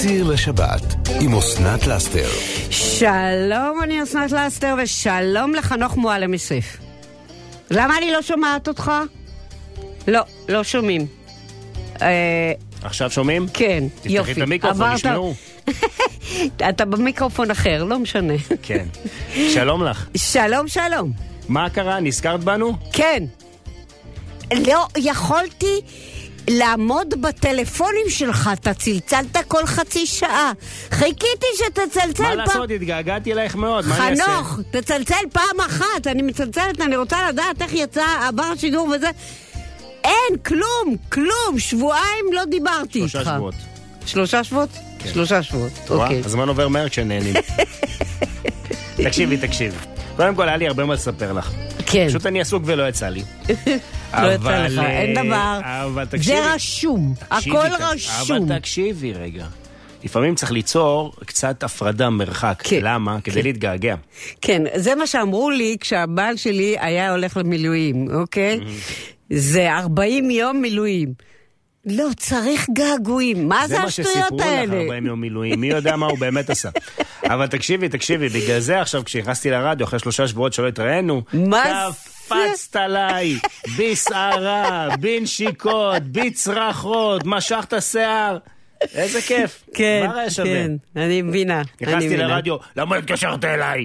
סיר לשבת עם אסנת לסטר. שלום, אני אסנת לסטר ושלום לחנוך מועלם יוסף. למה אני לא שומעת אותך? לא שומעים. עכשיו שומעים? כן, יופי. תפתחי את המיקרופון, נשמעו. אתה במיקרופון אחר, לא משנה. כן. שלום לך. שלום. מה קרה? נזכרת בנו? כן. לא יכולתי לעמוד בטלפונים שלך, אתה צלצלת כל חצי שעה. חיכיתי שתצלצל מה לעשות? התגעגעתי אלייך מאוד. חנוך, תצלצל פעם אחת. אני מצלצלת, אני רוצה לדעת איך יצא עבר השידור וזה. אין, כלום. שבועיים לא דיברתי איתך. 3 שבועות. 3 שבועות? כן. 3 שבועות, אוקיי. הזמן עובר מהר כשנהנים. תקשיבי. קודם כל, היה לי הרבה מה לספר לך. כן. פשוט אני עסוק ולא יצא לי. לא יצא לך, אין דבר. אבל תקשיבי. זה רשום, הכל רשום. אבל תקשיבי רגע. לפעמים צריך ליצור קצת הפרדה, מרחק. כן. למה? כדי להתגעגע. כן, זה מה שאמרו לי כשהבעל שלי היה הולך למילואים, אוקיי? זה 40 יום מילואים. לא, צריך געגועים. מה זה השטויות האלה? זה מה שסיפרו לך 40 יום מילואים. מי יודע מה הוא באמת עשה. אבל תקשיבי, בגלל זה עכשיו כשנכנסתי לרדיו אחרי 3 שבועות שלא התראינו, קפצת עליי, בסערה, בנשיקות, בצרחות, משכת שיער. איזה כיף. כן, מה ראה שווה? כן, אני מבינה. נכנסתי לרדיו, למה התקשרת אליי?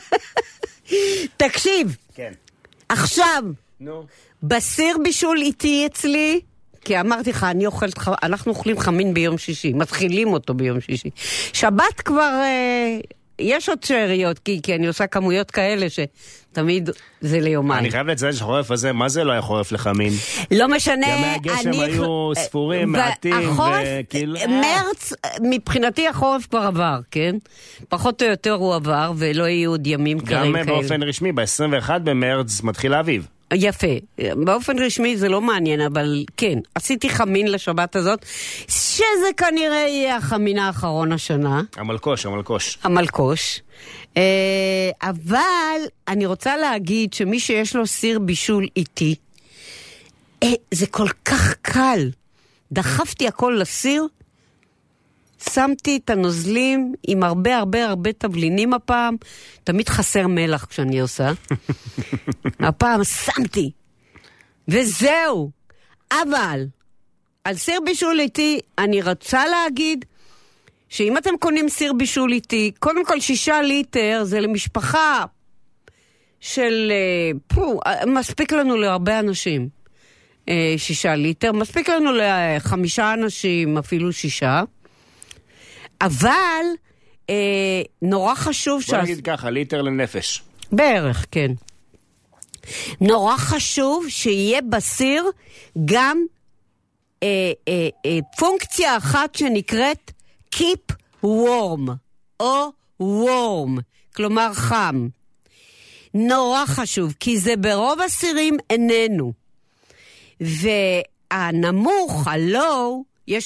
תקשיב. כן. עכשיו, נו. בסיר בישול איתי אצלי, כי אמרתי לך, אנחנו אוכלים חמין ביום שישי, מתחילים אותו ביום שישי. שבת כבר, יש עוד שאריות, כי אני עושה כמויות כאלה שתמיד זה ליומיים. אני חייב לציין שחורף הזה, מה זה לא היה חורף לחמין? לא משנה. ימי הגשם היו ספורים, מעטים, וכאילו... מרץ, מבחינתי החורף כבר עבר, כן? פחות או יותר הוא עבר, ולא יהיו עוד ימים קרים כאלה. גם באופן רשמי, ב-21 במרץ מתחיל האביב. יפה. באופן רשמי זה לא מעניין, אבל כן, עשיתי חמין לשבת הזאת, שזה כנראה יהיה החמין האחרון השנה. המלקוש. אבל אני רוצה להגיד שמי שיש לו סיר בישול איתי, זה כל כך קל. דחפתי הכל לסיר, שמתי את הנוזלים עם הרבה תבלינים הפעם. תמיד חסר מלח כשאני עושה. הפעם שמתי. וזהו. אבל על סיר בישול איתי אני רוצה להגיד שאם אתם קונים סיר בישול איתי, קודם כל 6 ליטר זה למשפחה של... מספיק לנו להרבה אנשים. 6 ליטר. מספיק לנו ל5 אנשים, אפילו 6. אבל נורא חשוב... בוא נגיד ככה, ליטר לנפש. בערך, כן. נורא חשוב שיהיה בסיר גם פונקציה אחת שנקראת keep warm, או warm, כלומר חם. נורא חשוב, כי זה ברוב הסירים איננו. והנמוך, הלואו,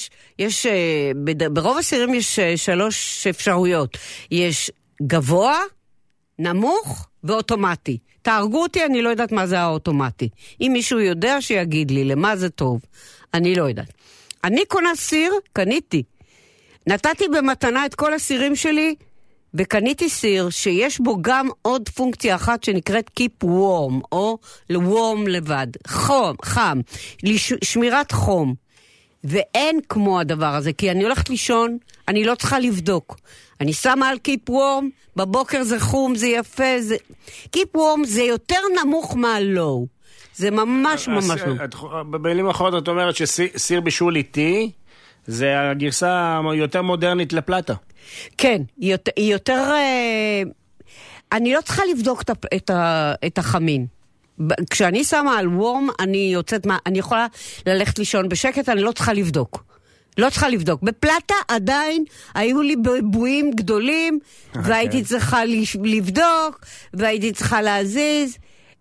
ברוב הסירים יש 3 אפשרויות. יש גבוה, נמוך ואוטומטי. תהרגו אותי, אני לא יודעת מה זה האוטומטי. אם מישהו יודע שיגיד לי למה זה טוב, אני לא יודעת. אני קונה סיר, קניתי. נתתי במתנה את כל הסירים שלי, וקניתי סיר שיש בו גם עוד פונקציה אחת שנקראת keep warm, או warm לבד. חם, שמירת חום. ואין כמו הדבר הזה, כי אני הולכת לישון, אני לא צריכה לבדוק. אני שמה על keep warm, בבוקר זה חום, זה יפה, זה... keep warm זה יותר נמוך מהלואו. זה ממש לא. במילים אחרות את אומרת שסיר בישול איתי, זה הגרסה יותר מודרנית לפלטה. כן, היא יותר... אני לא צריכה לבדוק את החמין. כשאני שמה על וורם, אני יכולה ללכת לישון בשקט, אני לא צריכה לבדוק. בפלטה עדיין היו לי בבועים גדולים, והייתי צריכה לבדוק, והייתי צריכה להזיז.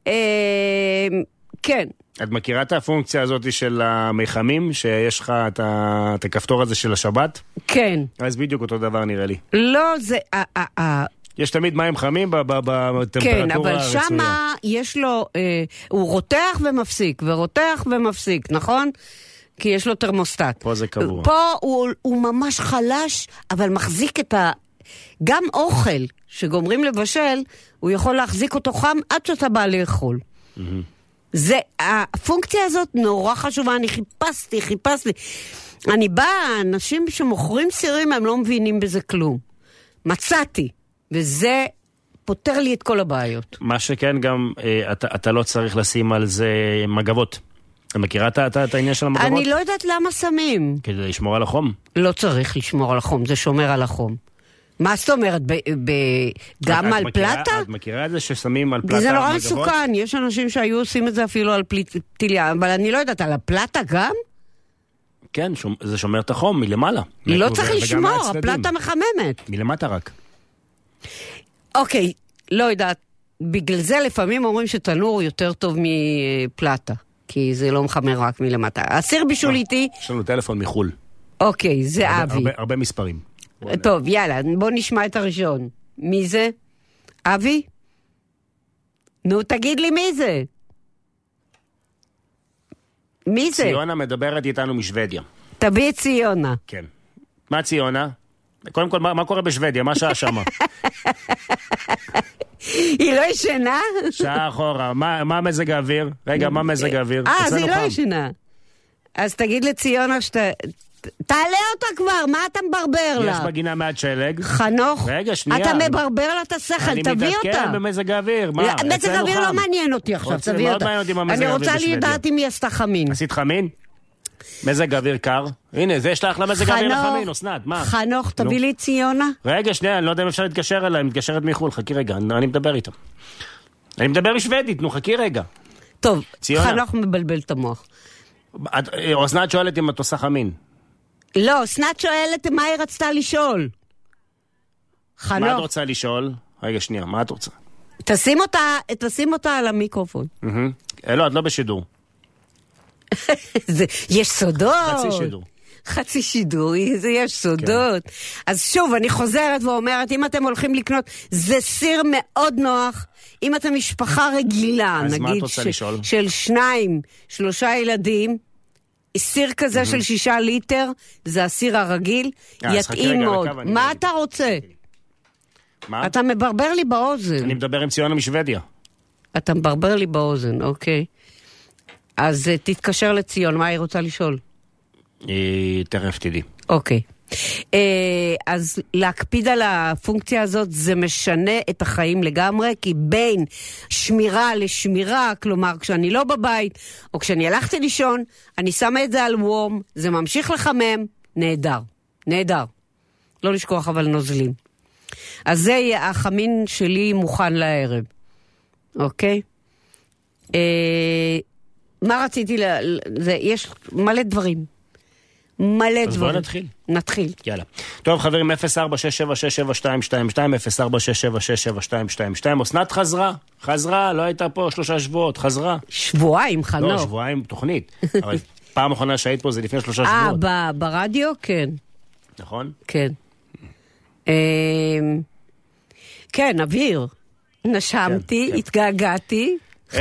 כן. את מכירה את הפונקציה הזאת של המיחמים, שיש לך את הכפתור הזה של השבת? כן. אז בדיוק אותו דבר נראה לי. לא, זה... יש תמיד מים חמים בטמפרטורה הרצויה. כן, אבל שמה יש לו, הוא רותח ומפסיק, נכון? כי יש לו תרמוסטט. פה זה קבוע. פה הוא ממש חלש, אבל מחזיק גם אוכל שגומרים לבשל, הוא יכול להחזיק אותו חם עד שאתה בא לאכול. הפונקציה הזאת נורא חשובה, אני חיפשתי. אני באה, אנשים שמוכרים סירים, הם לא מבינים בזה כלום. מצאתי, וזה פותר לי את כל הבעיות. מה שכן גם, אתה לא צריך לשים על זה מגבות. אתה מכירה את העניין של המגבות? אני לא יודעת למה שמים. כדי לשמור על החום. לא צריך לשמור על החום, זה שומר על החום. מה זאת אומרת? גם על פלטה? את מכירה את זה ששמים על פלטה זה נורא מגבות? מסוכן, יש אנשים שהיו עושים את זה אפילו על פתיליה, אבל אני לא יודעת, על הפלטה גם? כן, זה שומר את החום מלמעלה. לא צריך לשמור, הפלטה מחממת. מלמטה רק. אוקיי, לא יודעת. בגלל זה לפעמים אומרים שתנור יותר טוב מפלטה, כי זה לא מחמר רק מלמטה. הסיר בישול איתי... יש לנו טלפון מחול. אוקיי, זה אבי. הרבה מספרים. טוב, יאללה, בוא נשמע את הראשון. מי זה? אבי? נו, תגיד לי מי זה? מי זה? ציונה מדברת איתנו משוודיה. תביא את ציונה. כן. מה ציונה? קודם כל, מה קורה בשוודיה? מה שעה שמה? היא לא ישנה? שעה אחורה. מה מזג האוויר? רגע, מה מזג האוויר? אז היא לא ישנה. אז תגיד לציונה שאתה... תעלה אותה כבר, מה אתה מברבר לה? יש בגינה מעט שלג. חנוך, רגע, שנייה. אתה מברבר לה את השכל, תביא אותה. אני מתעדכן במזג האוויר. מה? מזג האוויר לא מעניין אותי עכשיו, תביא אותה. אני רוצה לדעת אם היא עשתה חמין. עשית חמין? מזג האוויר קר. הנה, זה יש לך למזג האוויר לחמין, אסנת, מה? חנוך, תביא לי ציונה. רגע, שנייה, אני לא יודע אם אפשר להתקשר אליי, מתקשרת מחול, חכי רגע, אני מדבר איתה. אני מדבר בשוודית, נו, חכי רגע. טוב, חנוך מבלבל את המוח. אסנת שואלת אם את עושה חמין. לא, אסנת שואלת מה היא רצתה לשאול. חנוך. מה את רוצה לשאול? רגע, שנייה, מה את רוצה? תשים אותה על המיקרופון. לא, את לא בשידור. יש סודות. חצי שידור. יש סודות. אז שוב, אני חוזרת ואומרת, אם אתם הולכים לקנות, זה סיר מאוד נוח. אם אתם משפחה רגילה, נגיד של 2-3 ילדים, סיר כזה של 6 ליטר, זה הסיר הרגיל, יתאים מאוד. מה אתה רוצה? אתה מברבר לי באוזן. אני מדבר עם ציונה משוודיה. אתה מברבר לי באוזן, אוקיי. אז תתקשר לציון, מה היא רוצה לשאול? תכף תדעי. אוקיי. אז להקפיד על הפונקציה הזאת זה משנה את החיים לגמרי, כי בין שמירה לשמירה, כלומר כשאני לא בבית או כשאני הלכתי לישון, אני שמה את זה על וורם, זה ממשיך לחמם, נהדר. לא לשכוח אבל נוזלים. אז זה יהיה החמין שלי מוכן לערב. אוקיי? מה רציתי יש מלא דברים. אז בואו נתחיל. יאללה. טוב חברים, 04-677-222, 04-677-222. אסנת חזרה, לא הייתה פה 3 שבועות, חזרה. שבועיים, חנוך. לא, שבועיים תוכנית. אבל פעם אחרונה שהיית פה זה לפני 3 שבועות. ברדיו? כן. נכון? כן. כן, אוויר. נשמתי, התגעגעתי. 04-677-222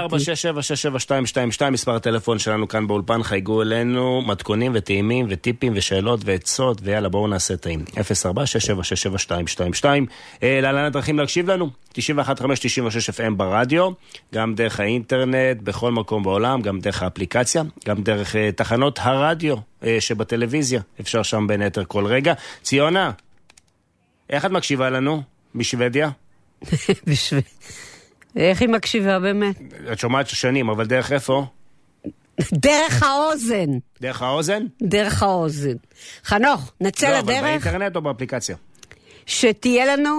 מספר הטלפון שלנו כאן באולפן, חייגו אלינו מתכונים וטעימים וטיפים ושאלות ועצות, ויאללה בואו נעשה טעים. 04-677-222. להלן הדרכים להקשיב לנו 91.5-96 FM ברדיו, גם דרך האינטרנט בכל מקום בעולם, גם דרך האפליקציה, גם דרך תחנות הרדיו שבטלוויזיה, אפשר שם בין היתר כל רגע. ציונה, איך את מקשיבה לנו משוודיה? איך היא מקשיבה באמת? את שומעת שנים, אבל דרך איפה? דרך האוזן. דרך האוזן? דרך האוזן. חנוך, נצא לדרך. לא, אבל באינטרנט או באפליקציה? שתהיה לנו,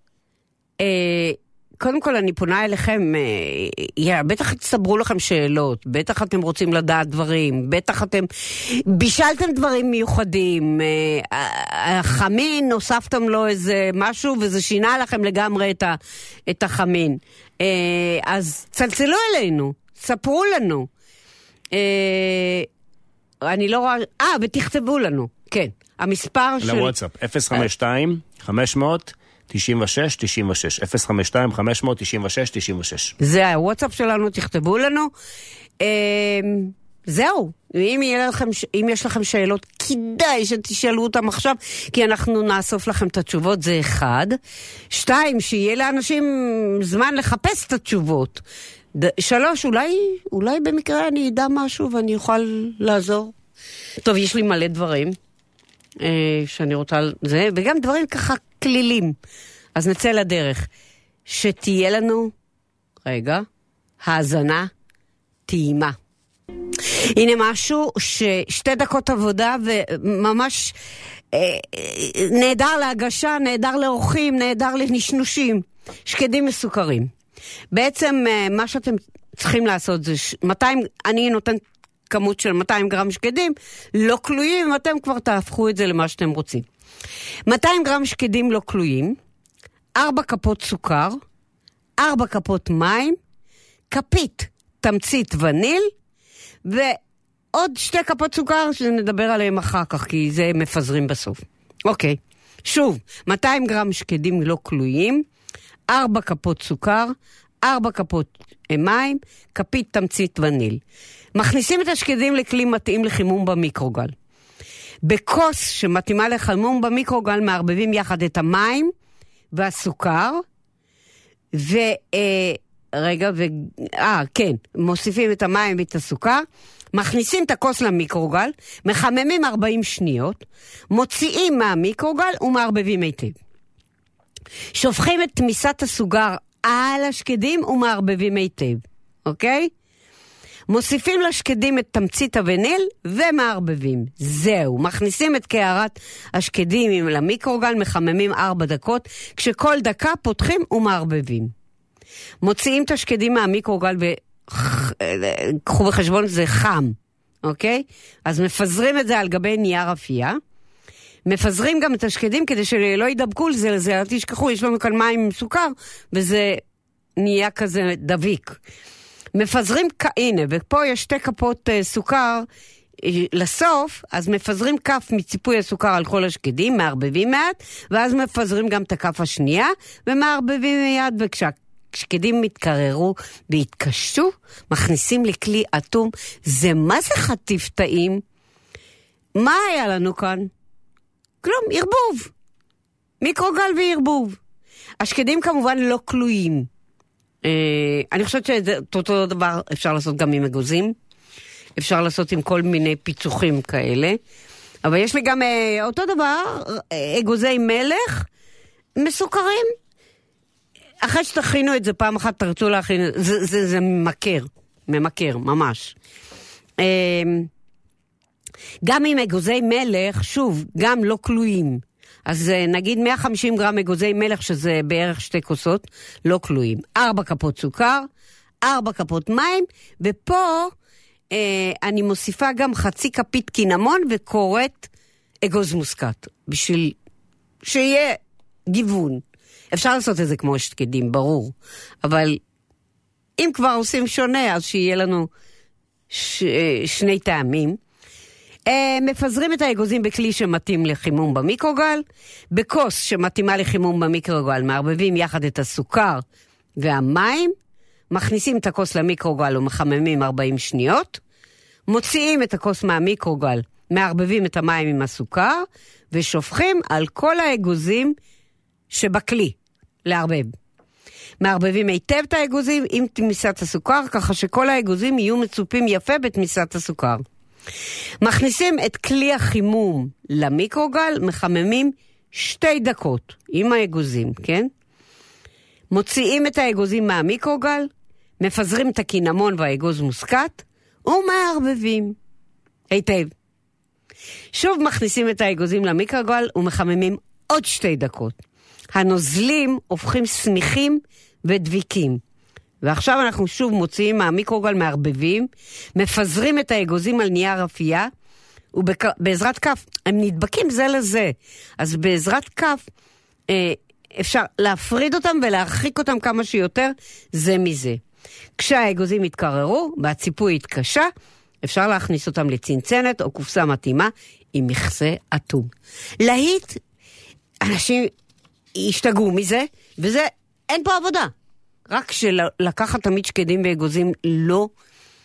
קודם כל אני פונה אליכם, בטח תסברו לכם שאלות, בטח אתם רוצים לדעת דברים, בטח אתם בישלתם דברים מיוחדים, החמין, הוספתם לו איזה משהו, וזה שינה לכם לגמרי את החמין. אז צלצלו אלינו, ספרו לנו. אני לא רואה, ותכתבו לנו, כן. המספר של... לוואטסאפ, 052-500-96-96, 052-500-96-96. זה הוואטסאפ שלנו, תכתבו לנו. זהו. אם יש לכם שאלות, כדאי שתשאלו אותם עכשיו, כי אנחנו נאסוף לכם את התשובות, זה 1. 2, שיהיה לאנשים זמן לחפש את התשובות. 3, אולי במקרה אני אדע משהו ואני אוכל לעזור. טוב, יש לי מלא דברים שאני רוצה זה, וגם דברים ככה כלילים. אז נצא לדרך. שתהיה לנו, האזנה טעימה. הנה משהו ש2 דקות עבודה וממש נהדר להגשה, נהדר לאורחים, נהדר לנשנושים. שקדים מסוכרים. בעצם מה שאתם צריכים לעשות זה 200, אני נותן כמות של 200 גרם שקדים, לא כלואים, אתם כבר תהפכו את זה למה שאתם רוצים. 200 גרם שקדים לא כלואים, 4 כפות סוכר, 4 כפות מים, כפית תמצית וניל, ועוד 2 כפות סוכר שנדבר עליהם אחר כך, כי זה מפזרים בסוף. אוקיי, שוב, 200 גרם שקדים לא כלואים, 4 כפות סוכר, 4 כפות מים, כפית תמצית וניל. מכניסים את השקדים לכלי מתאים לחימום במיקרוגל. בכוס שמתאימה לחימום במיקרוגל מערבבים יחד את המים והסוכר, מוסיפים את המים ואת הסוכר, מכניסים את הכוס למיקרוגל, מחממים 40 שניות, מוציאים מהמיקרוגל ומערבבים היטב. שופכים את תמיסת הסוגר על השקדים ומערבבים היטב, אוקיי? מוסיפים לשקדים את תמצית הווניל ומערבבים. זהו, מכניסים את קערת השקדים למיקרוגל, מחממים 4 דקות, כשכל דקה פותחים ומערבבים. מוציאים את השקדים מהמיקרוגל וקחו בחשבון זה חם, אוקיי? אז מפזרים את זה על גבי נייר אפייה. מפזרים גם את השקדים כדי שלא ידבקו לזה, אל תשכחו, יש לנו כאן מים עם סוכר, וזה נהיה כזה דביק. מפזרים, הנה, ופה יש 2 כפות סוכר לסוף, אז מפזרים כף מציפוי הסוכר על כל השקדים, מערבבים מעט, ואז מפזרים גם את הכף השנייה, ומערבבים מיד, וכשהשקדים מתקררו והתקשו, מכניסים לכלי אטום. זה מה זה חטיף טעים? מה היה לנו כאן? כלום, ערבוב. מיקרוגל וערבוב. השקדים כמובן לא כלואים. אני חושבת שאותו דבר אפשר לעשות גם עם אגוזים. אפשר לעשות עם כל מיני פיצוחים כאלה. אבל יש לי גם אותו דבר, אגוזי מלך מסוכרים. אחרי שתכינו את זה פעם אחת, תרצו להכין, זה ממכר, ממש. גם עם אגוזי מלך, שוב, גם לא כלואים. אז נגיד 150 גרם אגוזי מלך, שזה בערך 2 כוסות, לא כלואים. 4 כפות סוכר, 4 כפות מים, ופה אני מוסיפה גם חצי כפית קינמון וקוראת אגוז מוסקת, בשביל שיהיה גיוון. אפשר לעשות את זה כמו שקדים, ברור. אבל אם כבר עושים שונה, אז שיהיה לנו 2 טעמים. מפזרים את האגוזים בכלי שמתאים לחימום במיקרוגל, בכוס שמתאימה לחימום במיקרוגל, מערבבים יחד את הסוכר והמים, מכניסים את הכוס למיקרוגל ומחממים 40 שניות, מוציאים את הכוס מהמיקרוגל, מערבבים את המים עם הסוכר, ושופכים על כל האגוזים שבכלי, לערבב. מערבבים היטב את האגוזים עם תמיסת הסוכר, ככה שכל האגוזים יהיו מצופים יפה בתמיסת הסוכר. מכניסים את כלי החימום למיקרוגל, מחממים 2 דקות עם האגוזים, כן? מוציאים את האגוזים מהמיקרוגל, מפזרים את הקינמון והאגוז מוסקת, ומערבבים היטב. שוב מכניסים את האגוזים למיקרוגל ומחממים עוד 2 דקות. הנוזלים הופכים סמיכים ודביקים. ועכשיו אנחנו שוב מוציאים מהמיקרוגל, מערבבים, מפזרים את האגוזים על נייר אפייה, ובעזרת כף, הם נדבקים זה לזה. אז בעזרת כף אפשר להפריד אותם ולהרחיק אותם כמה שיותר זה מזה. כשהאגוזים יתקררו והציפוי יתקשה, אפשר להכניס אותם לצנצנת או קופסה מתאימה עם מכסה אטום. להיט, אנשים ישתגעו מזה, וזה, אין פה עבודה. רק שלקחת תמיד שקדים ואגוזים לא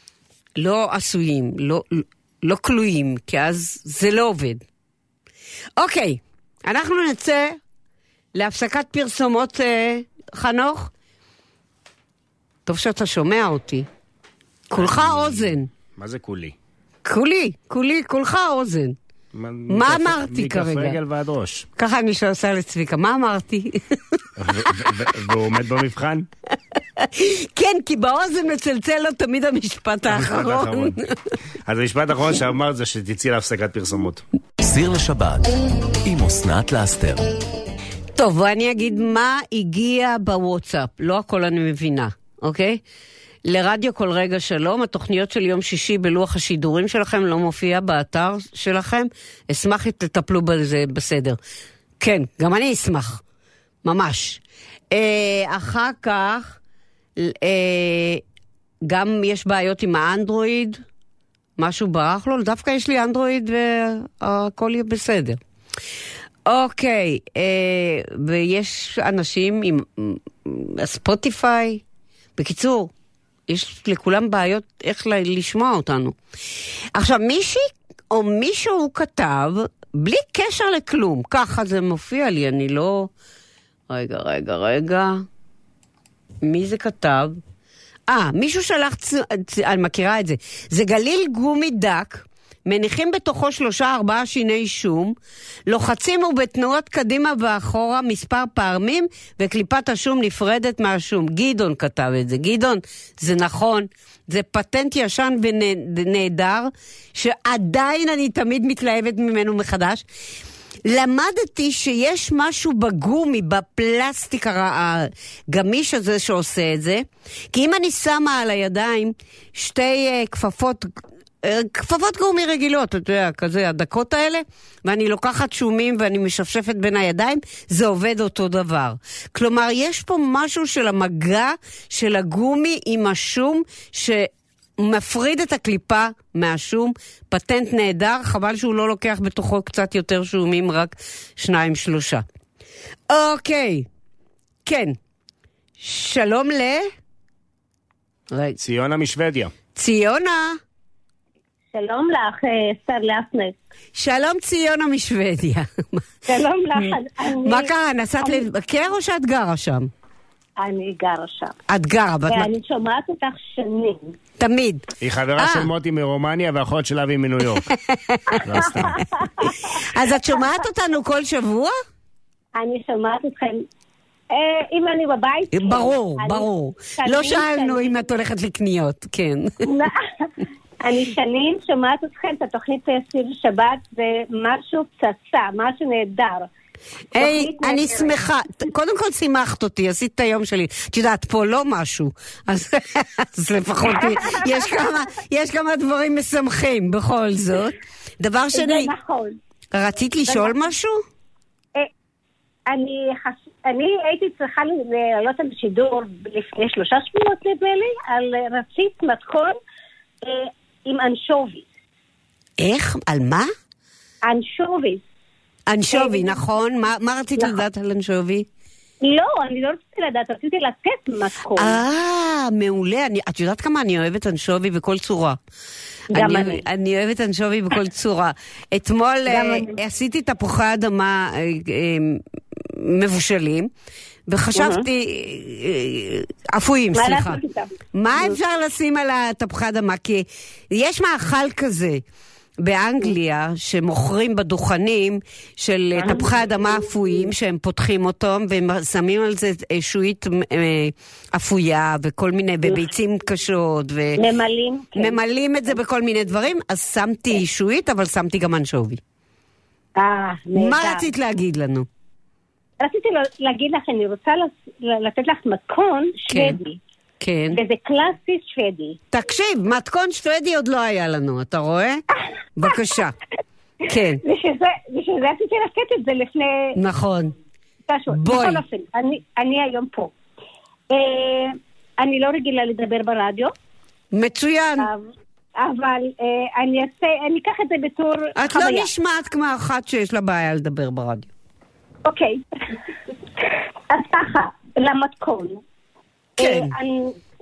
לא עשויים, לא כלואים, כי אז זה לא עובד. אוקיי, אנחנו נצא להפסקת פרסומות, חנוך. טוב שאתה שומע אותי. כולך אוזן. מה זה כולי? כולך אוזן. מה אמרתי כרגע? מכף רגל ועד ראש. ככה אני שעושה לצביקה, מה אמרתי? והוא עומד במבחן? כן, כי באוזן מצלצל לו תמיד המשפט האחרון. אז המשפט האחרון שאמרת זה שתצאי להפסקת פרסומות. סיר לשבת עם אסנת לסטר. טוב, ואני אגיד מה הגיע בוואטסאפ. לא הכל אני מבינה, אוקיי? לרדיו כל רגע שלום, התוכניות של יום שישי בלוח השידורים שלכם לא מופיע באתר שלכם. אשמח שתטפלו בזה בסדר. כן, גם אני אשמח. ממש. אחר כך, גם יש בעיות עם האנדרואיד. משהו ברח לו, דווקא יש לי אנדרואיד והכל יהיה בסדר. אוקיי, ויש אנשים עם ספוטיפיי. בקיצור, יש לכולם בעיות איך לשמוע אותנו. עכשיו, מישהי או מישהו כתב, בלי קשר לכלום, ככה זה מופיע לי, אני לא... רגע. מי זה כתב? מישהו שלח, אני מכירה את זה. זה גליל גומי דק, מניחים בתוכו 3-4 שיני שום, לוחצים ובתנועות קדימה ואחורה מספר פעמים, וקליפת השום נפרדת מהשום. גדעון כתב את זה. גדעון, זה נכון, זה פטנט ישן ונהדר, שעדיין אני תמיד מתלהבת ממנו מחדש. למדתי שיש משהו בגומי, בפלסטיק הגמיש הזה שעושה את זה, כי אם אני שמה על הידיים שתי כפפות גומי רגילות, אתה יודע, כזה, הדקות האלה, ואני לוקחת שומים ואני משפשפת בין הידיים, זה עובד אותו דבר. כלומר, יש פה משהו של המגע של הגומי עם השום, שמפריד את הקליפה מהשום, פטנט נהדר, חבל שהוא לא לוקח בתוכו קצת יותר שומים, רק 2-3. אוקיי, כן. שלום ציונה משוודיה. ציונה. שלום לך, סר לאפנק. שלום ציונה משוודיה. שלום לך. מה קרה? נסעת לבקר או שאת גרה שם? אני גרה שם. את גרה. ואני שומעת אותך שנים. תמיד. היא חברה של מוטי מרומניה והאחות של אבי מניו יורק. אז את שומעת אותנו כל שבוע? אני שומעת אתכם. אם אני בבית... ברור. לא שאלנו אם את הולכת לקניות, כן. אני שנים שומעת אתכם את התוכנית סיר שבת, זה משהו פצצה, משהו נהדר. אני שמחה, קודם כל שימחת אותי, עשית את היום שלי, את יודעת, פה לא משהו, אז לפחות יש כמה דברים משמחים בכל זאת. דבר שני, רצית לשאול משהו? אני הייתי צריכה לעלות על שידור לפני 3 שבועות נדמה לי, על רצית מתכון עם אנשובי. איך? על מה? אנשובי. אנשובי, נכון? מה רצית לדעת על אנשובי? לא, אני לא רציתי לדעת, רציתי לתת מתכון. מעולה. את יודעת כמה אני אוהבת אנשובי בכל צורה. גם אני. אני אוהבת אנשובי בכל צורה. אתמול עשיתי תפוחי אדמה מבושלים, וחשבתי, אפויים, סליחה. מה אפשר לשים על התפוחי אדמה? כי יש מאכל כזה באנגליה שמוכרים בדוכנים של תפוחי אדמה אפויים, שהם פותחים אותם ושמים על זה שועית אפויה וכל מיני, וביצים קשות, וממלאים את זה בכל מיני דברים. אז שמתי שועית, אבל שמתי גם אנשובי. מה רצית להגיד לנו? רציתי להגיד לך, אני רוצה לתת לך מתכון שוודי. כן. וזה קלאסי שוודי. תקשיב, מתכון שוודי עוד לא היה לנו, אתה רואה? בבקשה. כן. בשביל זה רציתי לתת את זה לפני... נכון. בואי. אני היום פה. אני לא רגילה לדבר ברדיו. מצוין. אבל אני אקח את זה בתור חוויה. את לא נשמעת כמו אחת שיש לה בעיה לדבר ברדיו. אוקיי. אז ככה, למתכון. כן.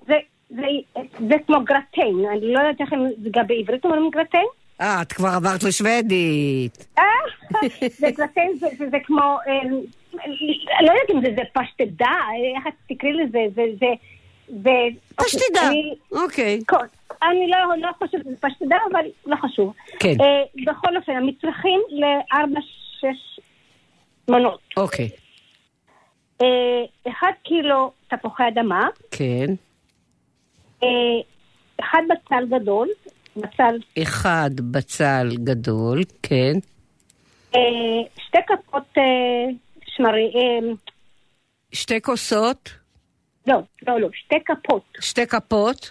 זה כמו גרטן, אני לא יודעת איך זה גם בעברית אומרים גרטן. את כבר עברת לשוודית. זה גרטן, זה כמו, לא יודעת אם זה פשטדה, איך את תקראי לזה, זה... פשטדה, אוקיי. אני לא חושבת שזה פשטדה, אבל לא חשוב. כן. בכל אופן, המצרכים ל4-6 מנות. אוקיי. 1 קילו תפוחי אדמה. כן. 1 בצל גדול. 1 בצל גדול, כן. 2 כפות שמרים. 2 כוסות? לא, 2 כפות. 2 כפות?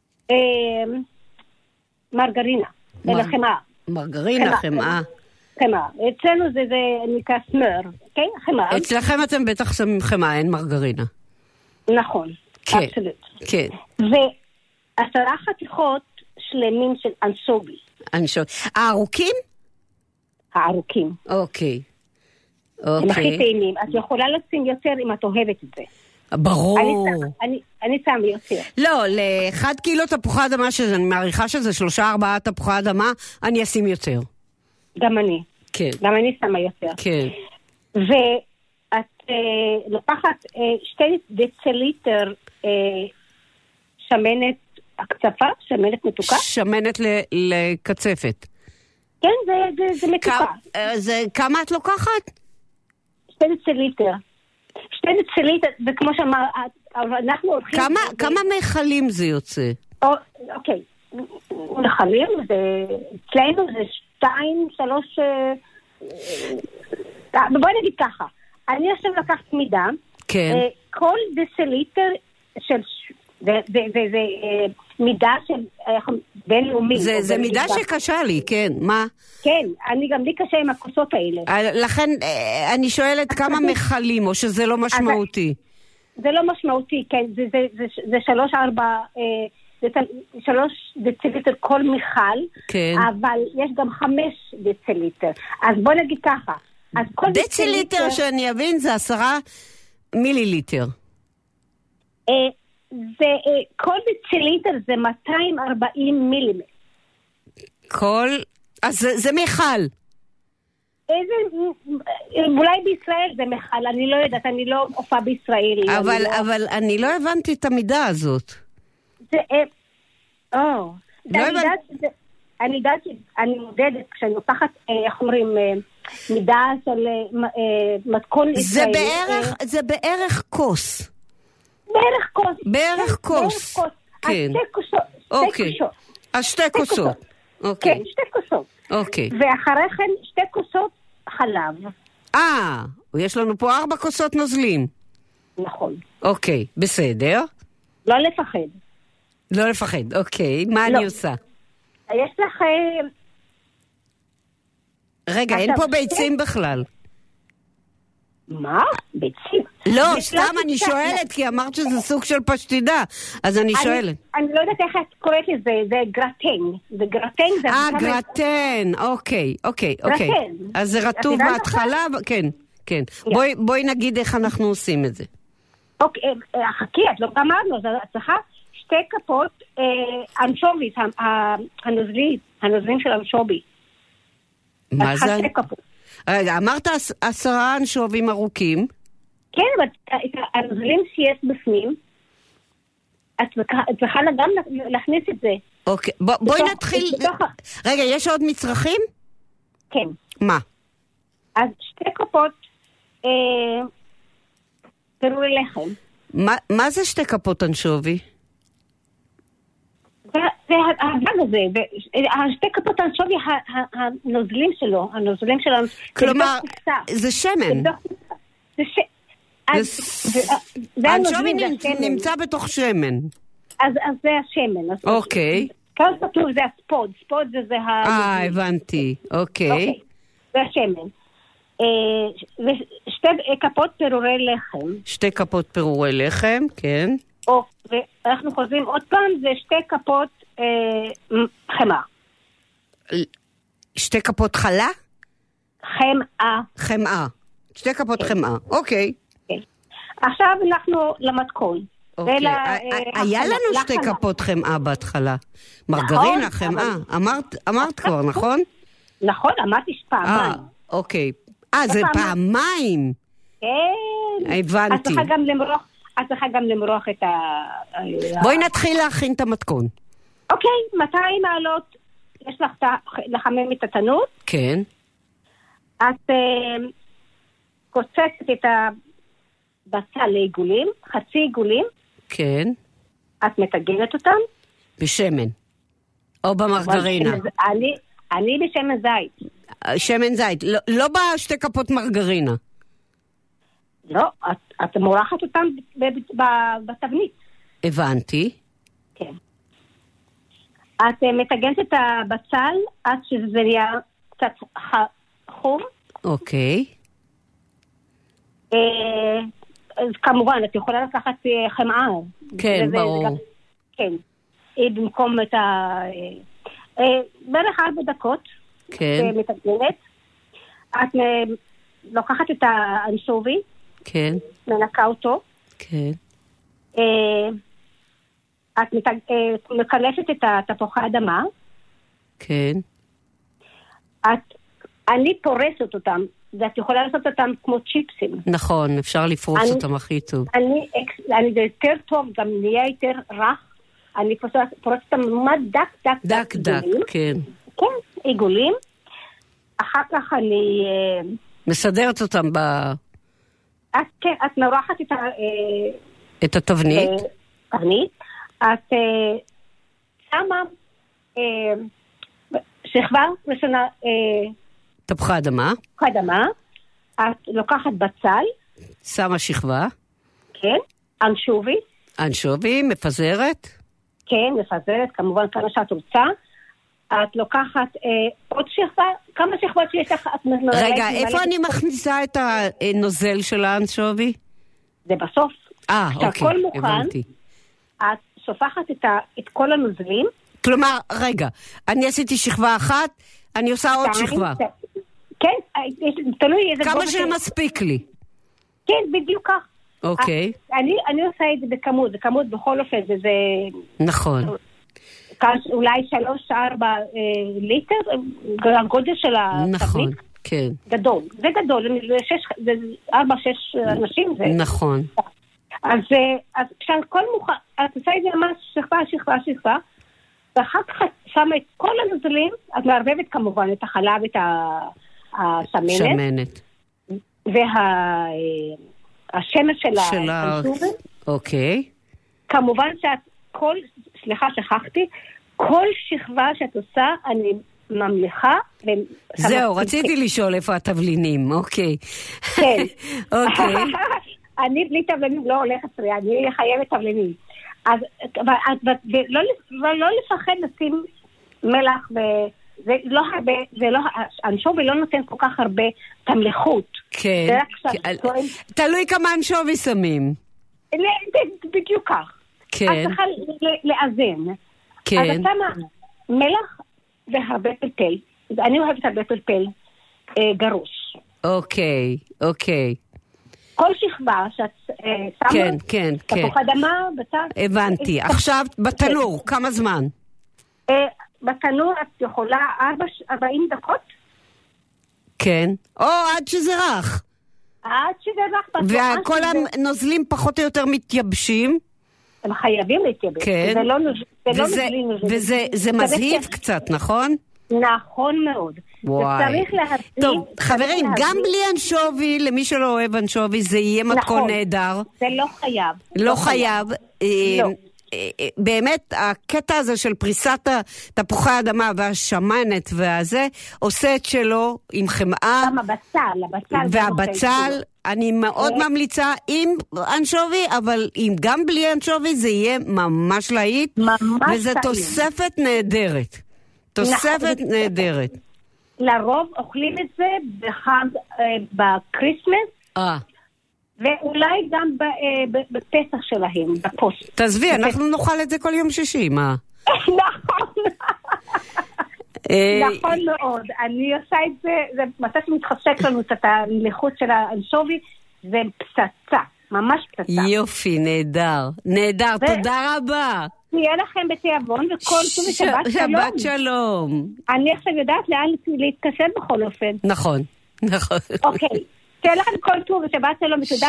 מרגרינה. חמאה. מרגרינה, חמאה. חמאה. אצלנו זה נקרא סמר, כן? חמאה. אצלכם אתם בטח שמים חמאה, אין מרגרינה. נכון. כן. כן. ו10 חתיכות שלמים של אנשובי. הארוכים? הארוכים. אוקיי. הם הכי טעימים. את יכולה לשים יותר אם את אוהבת את זה. ברור. אני שם יותר. לא, ל1 קילו תפוחי אדמה, שאני מעריכה שזה 3-4 תפוחי אדמה, אני אשים יותר. גם אני. כן. גם אני שמה יותר. כן. ואת לוקחת 2 דציליטר שמנת הקצפה, שמנת מתוקה. שמנת לקצפת. כן, זה מתוקה. כמה את לוקחת? 2 דציליטר. 2 דציליטר, וכמו שאמר, אנחנו הולכים... כמה מכלים זה יוצא? אוקיי. מכלים, אצלנו זה 2, 3... בואי נגיד ככה. אני עכשיו לקחת מידה. כן. כל דציליטר של... זה מידה של בינלאומי. זה מידה שקשה לי, כן. מה? כן, גם לי קשה עם הכוסות האלה. לכן אני שואלת כמה מכלים, או שזה לא משמעותי? זה לא משמעותי, כן. זה 3 דציליטר כל מיכל, כן. אבל יש גם 5 דציליטר. אז בוא נגיד ככה. דציליטר שאני אבין זה 10 מיליליטר. כל דציליטר זה 240 מילימטר. אז זה מיכל. אולי בישראל זה מיכל, אני לא יודעת, אני לא הופעה בישראל. אבל אני לא הבנתי את המידה הזאת. אני יודעת, אני מודדת, כשאני לוקחת, איך אומרים, מידה של מתכון ישראלי. זה בערך כוס. בערך כוס. כן. אז 2 כוסות. כן, 2 כוסות. אוקיי. ואחרי כן 2 כוסות חלב. יש לנו פה 4 כוסות נוזלים. נכון. אוקיי, בסדר. לא לפחד. לא לפחד, אוקיי. מה אני עושה? יש לך... רגע, אין פה ביצים בכלל. מה? ביצים? לא, סתם אני שואלת, כי אמרת שזה סוג של פשטידה, אז אני שואלת. אני לא יודעת איך את קוראת לזה, זה גרטן. זה גרטן. גרטן, אוקיי. אז זה רטוב בהתחלה, כן. בואי נגיד איך אנחנו עושים את זה. אוקיי, חכי, את לא אמרנו, את צריכה 2 כפות אנשובי, הנוזלים של אנשובי. מה זה? רגע, אמרת 10 אנשובים ארוכים. כן, אבל הנוזלים שיש בפנים, את צריכה גם להכניס את זה. אוקיי, בואי נתחיל. רגע, יש עוד מצרכים? כן. מה? אז 2 כפות פירורי לחם. מה זה 2 כפות אנשובי? זה הדג הזה, 2 כפות אנשובי, הנוזלים שלו, כלומר, זה שמן. האנשובי נמצא בתוך שמן. אז זה השמן. אוקיי. כאן כתוב זה הספוד, ספוד זה הבנתי, אוקיי. זה השמן. 2 כפות פירורי לחם. 2 כפות פירורי לחם, כן. ואנחנו חוזרים עוד פעם, זה 2 כפות חמאה. 2 כפות חלה? חמאה. 2 כפות חמאה, אוקיי. עכשיו אנחנו למתכון. אוקיי. היה לנו שתי כפות חמאה בהתחלה. מרגרינה, חמאה. אמרת כבר, נכון? נכון, אמרתי פעמיים. אוקיי. זה פעמיים. כן. הבנתי. אז צריכה גם למרוח את ה... בואי נתחיל להכין את המתכון. אוקיי, 200 מעלות, יש לך לחמם את התנור. כן. את קוצצת את הבצל לעיגולים, חצי עיגולים. כן. את מטגנת אותם. בשמן. או במרגרינה. אני בשמן זית. שמן זית. לא בשתי כפות מרגרינה. לא, את מורחת אותם בתבנית. הבנתי. כן. את מטגנת את הבצל עד שזה נהיה קצת חום. אוקיי. אז כמובן, את יכולה לקחת חמאה. כן, ברור. כן. במקום את בערך 4 דקות. כן. מטגנת. את לוקחת את האנשובי. כן. מנקה אותו. כן. את מקלפת את תפוחי האדמה. כן. אני פורסת אותם, ואת יכולה לעשות אותם כמו צ'יפסים. נכון, אפשר לפרוס אותם הכי טוב. אני יותר טוב, גם נהיה יותר רך. אני פורסת אותם ממש דק. דק, כן. כן, עיגולים. אחר כך אני... מסדרת אותם כן, את מרוחת את התבנית. את שמה שכבה ראשונה תפוחי אדמה. את לוקחת בצל. שמה שכבה. כן. אנשובי. מפזרת. כן, מפזרת, כמובן כמה שאת רוצה. את לוקחת עוד שכבה, כמה שכבות שיש לך. רגע, איפה אני מכניסה את הנוזל של האנשובי? זה בסוף. אוקיי, הבנתי. את שופכת את כל הנוזלים. כלומר, רגע, אני עשיתי שכבה אחת, אני עושה עוד שכבה. כן, תלוי איזה... כמה שמספיק לי. כן, בדיוק כך. אוקיי. אני עושה את זה בכמות בכל אופן, זה... נכון. אולי 3-4 ליטר, הגודל של התבנית. נכון, כן. גדול, זה גדול, זה 4-6 אנשים. נכון. אז כשכל מוכן, את עושה את זה ממש שכבה, ואחר כך שמה את כל הנוזלים, את מערבבת כמובן את החלב, את השמנת. והשמש של האנשובי. אוקיי. כמובן סליחה, שכחתי, כל שכבה שאת עושה, אני ממליכה. זהו, רציתי לשאול איפה התבלינים, אוקיי. כן. אוקיי. אני בלי תבלינים לא הולכת, אני חייבת תבלינים. אז לא לפחד לשים מלח, זה לא הרבה, אנשובי לא נותן כל כך הרבה תמלחות. כן. תלוי כמה אנשובי שמים. בדיוק כך. כן. את צריכה לאזן. כן. אז אתה מלח והרבה פלפל. אני אוהבת הרבה פלפל גרוש. אוקיי. כל שכבה שאת שמה, כן. תפוח אדמה, בצד. הבנתי. עכשיו בתנור, כמה זמן? בתנור את יכולה 40 דקות. כן. או עד שזה רך. וכל הנוזלים פחות או יותר מתייבשים. הם חייבים להתייבש. כן. זה לא נוזלים. וזה מזהיב קצת, נכון? נכון מאוד. וואי. טוב, חברים, גם בלי אנשובי, למי שלא אוהב אנשובי, זה יהיה מתכון נהדר. זה לא חייב. לא חייב. לא. באמת, הקטע הזה של פריסת תפוחי האדמה והשמנת והזה, עושה את שלו עם חמאה. גם הבצל. והבצל, אני מאוד ממליצה עם אנשובי, אבל גם בלי אנשובי זה יהיה ממש להיט. וזה תוספת נהדרת. תוספת נהדרת. לרוב אוכלים את זה בחג, בקריסמס. ואולי גם בפסח שלהם, בפוסט. תעזבי, אנחנו נאכל את זה כל יום שישי, מה? נכון מאוד. אני עושה את זה, זה מצא שמתחשק לנו את המלחות של האנשובי, זה פצצה. ממש פצצה. יופי, נהדר. נהדר, תודה רבה. תהיה לכם בתיאבון וכל טוב ושבת שלום. שבת שלום. אני עכשיו יודעת לאן להתקשר בכל אופן. נכון, נכון. אוקיי, תהיה לכם כל טוב ושבת שלום ותודה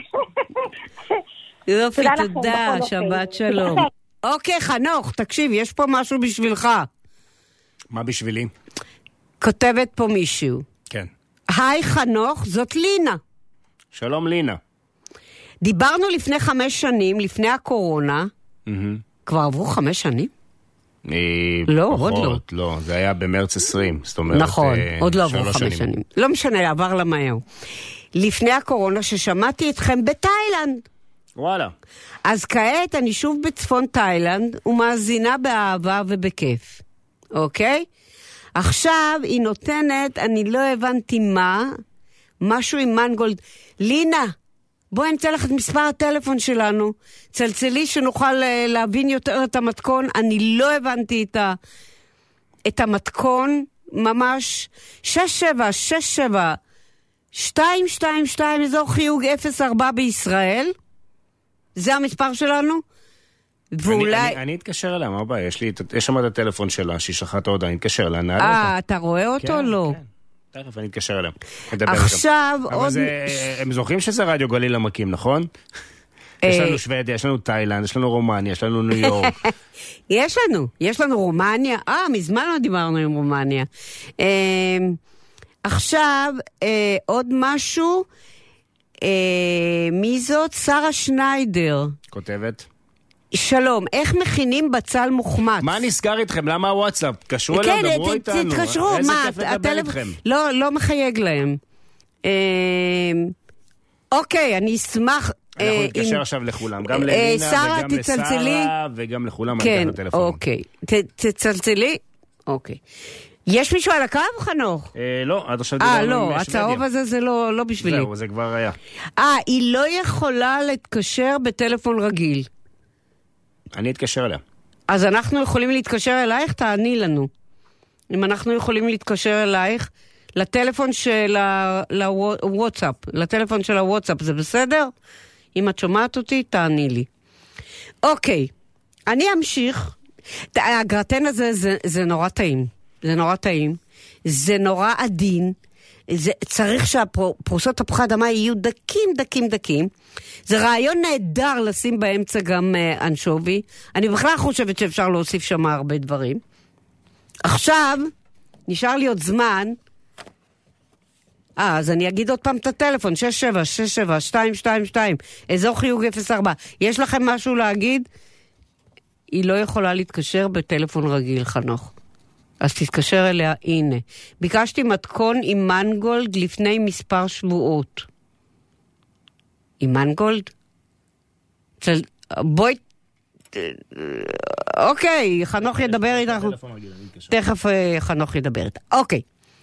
יופי, תודה, שבת שלום. אוקיי, חנוך, תקשיב, יש פה משהו בשבילך. מה בשבילי? כותבת פה מישהו. כן. היי חנוך, זאת לינה. שלום לינה. דיברנו לפני 5 שנים, לפני הקורונה. כבר עברו 5 שנים? לא, עוד לא. לא, זה היה במרץ 20, זאת אומרת... נכון, עוד לא עברו 5 שנים. לא משנה, עבר למהר. לפני הקורונה ששמעתי אתכם בתאילנד. וואלה. אז כעת אני שוב בצפון תאילנד ומאזינה באהבה ובכיף. אוקיי? עכשיו היא נותנת, אני לא הבנתי מה, משהו עם מנגולד. לינה, בואי נצא לך את מספר הטלפון שלנו. צלצלי שנוכל להבין יותר את המתכון. אני לא הבנתי את המתכון. ממש 6767 222 אזור חיוג 04 בישראל. זה המספר שלנו. ואולי... אני אתקשר אליה, מה הבעיה? יש שם את הטלפון שלה, שהיא שכחה את ההודעה, אני אתקשר אליה, נעלה אותה. אתה רואה אותו? לא. כן, תכף אני אתקשר אליה. עכשיו עוד... הם זוכרים שזה רדיו גליל עמקים, נכון? יש לנו שוודיה, יש לנו תאילנד, יש לנו רומניה, יש לנו ניו יורק. יש לנו רומניה. מזמן לא דיברנו עם רומניה. עכשיו, עוד משהו, מי זאת? שרה שניידר. כותבת. שלום, איך מכינים בצל מוחמץ? מה נסגר איתכם? למה הוואטסאפ? תקשרו אליו, דברו איתנו. תתקשרו, מה? איזה כיף לדבר איתכם. לא מחייג להם. אוקיי, אני אשמח... אנחנו נתקשר עכשיו לכולם, גם ללינה וגם לשרה וגם לכולם. כן, אוקיי. תצלצלי? אוקיי. יש מישהו על הקו, חנוך? לא, עד עכשיו דיברנו עם לא, הצהוב הזה זה לא בשבילי. זהו, זה כבר היה. היא לא יכולה להתקשר בטלפון רגיל. אני אתקשר אליה. אז אנחנו יכולים להתקשר אלייך, תעני לנו. אם אנחנו יכולים להתקשר אלייך, לטלפון של הוואטסאפ, לטלפון של הוואטסאפ, זה בסדר? אם את שומעת אותי, תעני לי. אוקיי, אני אמשיך. הגרטן הזה זה נורא טעים. זה נורא טעים. זה נורא עדין. צריך שהפרוסות תפוחי אדמה יהיו דקים. זה רעיון נהדר לשים באמצע גם אנשובי. אני בכלל חושבת שאפשר להוסיף שם הרבה דברים. עכשיו, נשאר לי עוד זמן. אז אני אגיד עוד פעם את הטלפון, 6767-222, אזור חיוג 04. יש לכם משהו להגיד? היא לא יכולה להתקשר בטלפון רגיל, חנוך. אז תתקשר אליה, הנה. ביקשתי מתכון עם מנגולד לפני מספר שבועות. עם מנגולד? בואי... אוקיי, חנוך ידבר איתך. תכף חנוך ידבר איתך. אוקיי.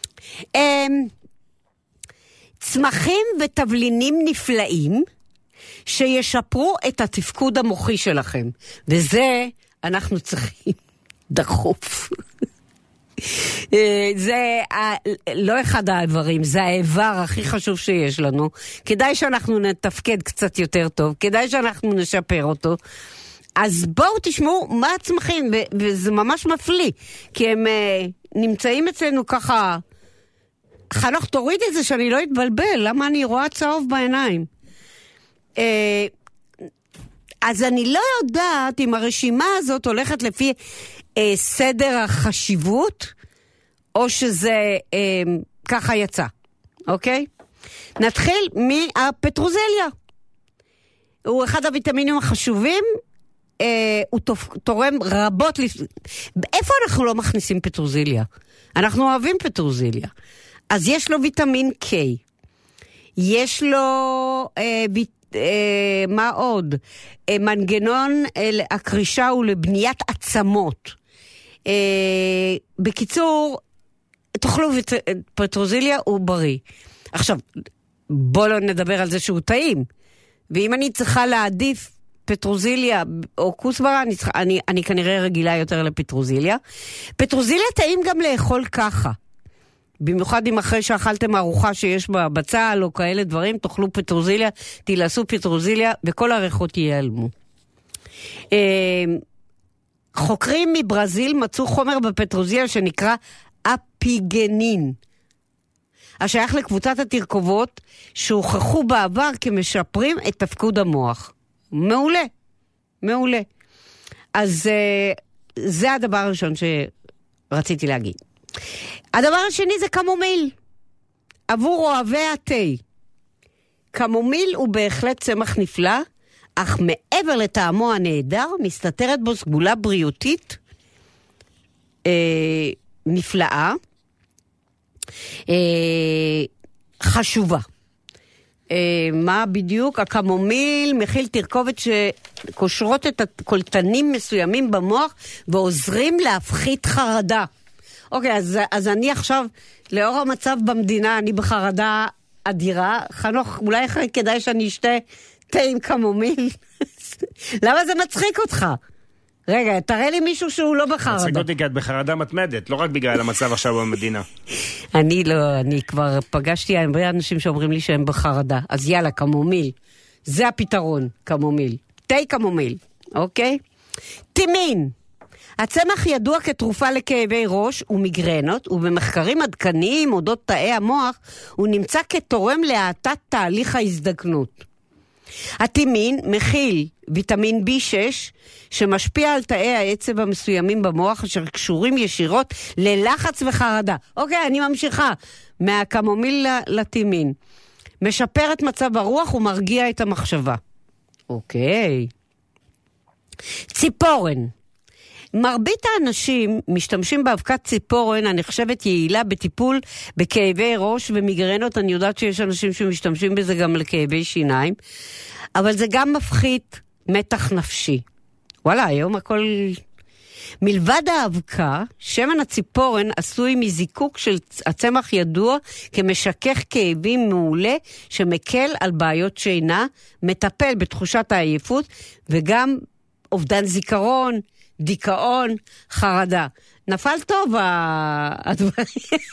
צמחים ותבלינים נפלאים שישפרו את התפקוד המוחי שלכם. וזה אנחנו צריכים דחוף. זה לא אחד האיברים, זה האיבר הכי חשוב שיש לנו. כדאי שאנחנו נתפקד קצת יותר טוב, כדאי שאנחנו נשפר אותו. אז בואו תשמעו מה הצמחים, וזה ממש מפליא, כי הם נמצאים אצלנו ככה. חנוך, תוריד את זה שאני לא אתבלבל, למה אני רואה צהוב בעיניים? אז אני לא יודעת אם הרשימה הזאת הולכת לפי סדר החשיבות, או שזה ככה יצא, אוקיי? נתחיל מהפטרוזיליה. הוא אחד הוויטמינים החשובים, הוא תורם רבות. איפה אנחנו לא מכניסים פטרוזיליה? אנחנו אוהבים פטרוזיליה. אז יש לו ויטמין K. יש לו מה עוד? מנגנון הקרישה ולבניית עצמות. בקיצור, תאכלו פטרוזיליה, הוא בריא. עכשיו, בוא לא נדבר על זה שהוא טעים. ואם אני צריכה להעדיף פטרוזיליה או כוסברה, אני כנראה רגילה יותר לפטרוזיליה. פטרוזיליה טעים גם לאכול ככה. במיוחד אם אחרי שאכלתם ארוחה שיש בה בצל או כאלה דברים, תאכלו פטרוזיליה, תילעשו פטרוזיליה, וכל הריחות ייעלמו. חוקרים מברזיל מצאו חומר בפטרוזיליה שנקרא אפיגנין, השייך לקבוצת התרכובות שהוכחו בעבר כמשפרים את תפקוד המוח. מעולה, מעולה. אז זה הדבר הראשון שרציתי להגיד. הדבר השני זה קמומיל. עבור אוהבי התה. קמומיל הוא בהחלט צמח נפלא, אך מעבר לטעמו הנהדר, מסתתרת בו סגולה בריאותית נפלאה, חשובה. מה בדיוק? הקמומיל מכיל תרכובת שקושרות את הקולטנים מסוימים במוח ועוזרים להפחית חרדה. אוקיי, אז אני עכשיו, לאור המצב במדינה, אני בחרדה אדירה. חנוך, אולי כדאי שאני אשתה תה עם קמומיל? למה זה מצחיק אותך? רגע, תראה לי מישהו שהוא לא בחרדה. מצחיק אותי כי את בחרדה מתמדת, לא רק בגלל המצב עכשיו במדינה. אני לא, אני כבר פגשתי הרבה אנשים שאומרים לי שהם בחרדה. אז יאללה, קמומיל. זה הפתרון, קמומיל. תה קמומיל, אוקיי? טימין. הצמח ידוע כתרופה לכאבי ראש ומיגרנות, ובמחקרים עדכניים אודות תאי המוח, הוא נמצא כתורם להאטת תהליך ההזדקנות. הטימין מכיל ויטמין B6 שמשפיע על תאי העצב המסוימים במוח אשר קשורים ישירות ללחץ וחרדה. אוקיי, אני ממשיכה מהקמומיל לטימין. משפר את מצב הרוח ומרגיע את המחשבה. אוקיי. ציפורן. מרבית האנשים משתמשים באבקת ציפורן הנחשבת יעילה בטיפול בכאבי ראש ומיגרנות. אני יודעת שיש אנשים שמשתמשים בזה גם לכאבי שיניים, אבל זה גם מפחית מתח נפשי. וואלה, היום הכל... מלבד האבקה, שמן הציפורן עשוי מזיקוק של הצמח ידוע כמשכך כאבים מעולה שמקל על בעיות שינה, מטפל בתחושת העייפות וגם אובדן זיכרון, דיכאון, חרדה. נפל טוב הדברים.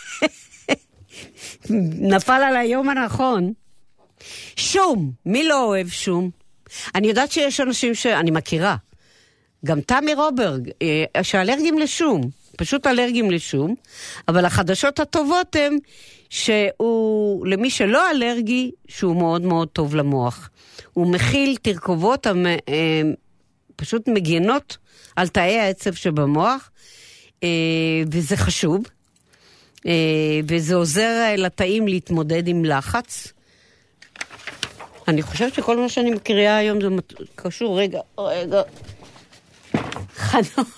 נפל על היום הנכון. שום. מי לא אוהב שום? אני יודעת שיש אנשים שאני מכירה. גם תמי רוברג, שאלרגים לשום. פשוט אלרגים לשום. אבל החדשות הטובות הן שהוא, למי שלא אלרגי, שהוא מאוד מאוד טוב למוח. הוא מכיל תרכובות פשוט מגנות על תאי העצב שבמוח, וזה חשוב, וזה עוזר לתאים להתמודד עם לחץ. אני חושבת שכל מה שאני מקריאה היום זה קשור. רגע. חנוך.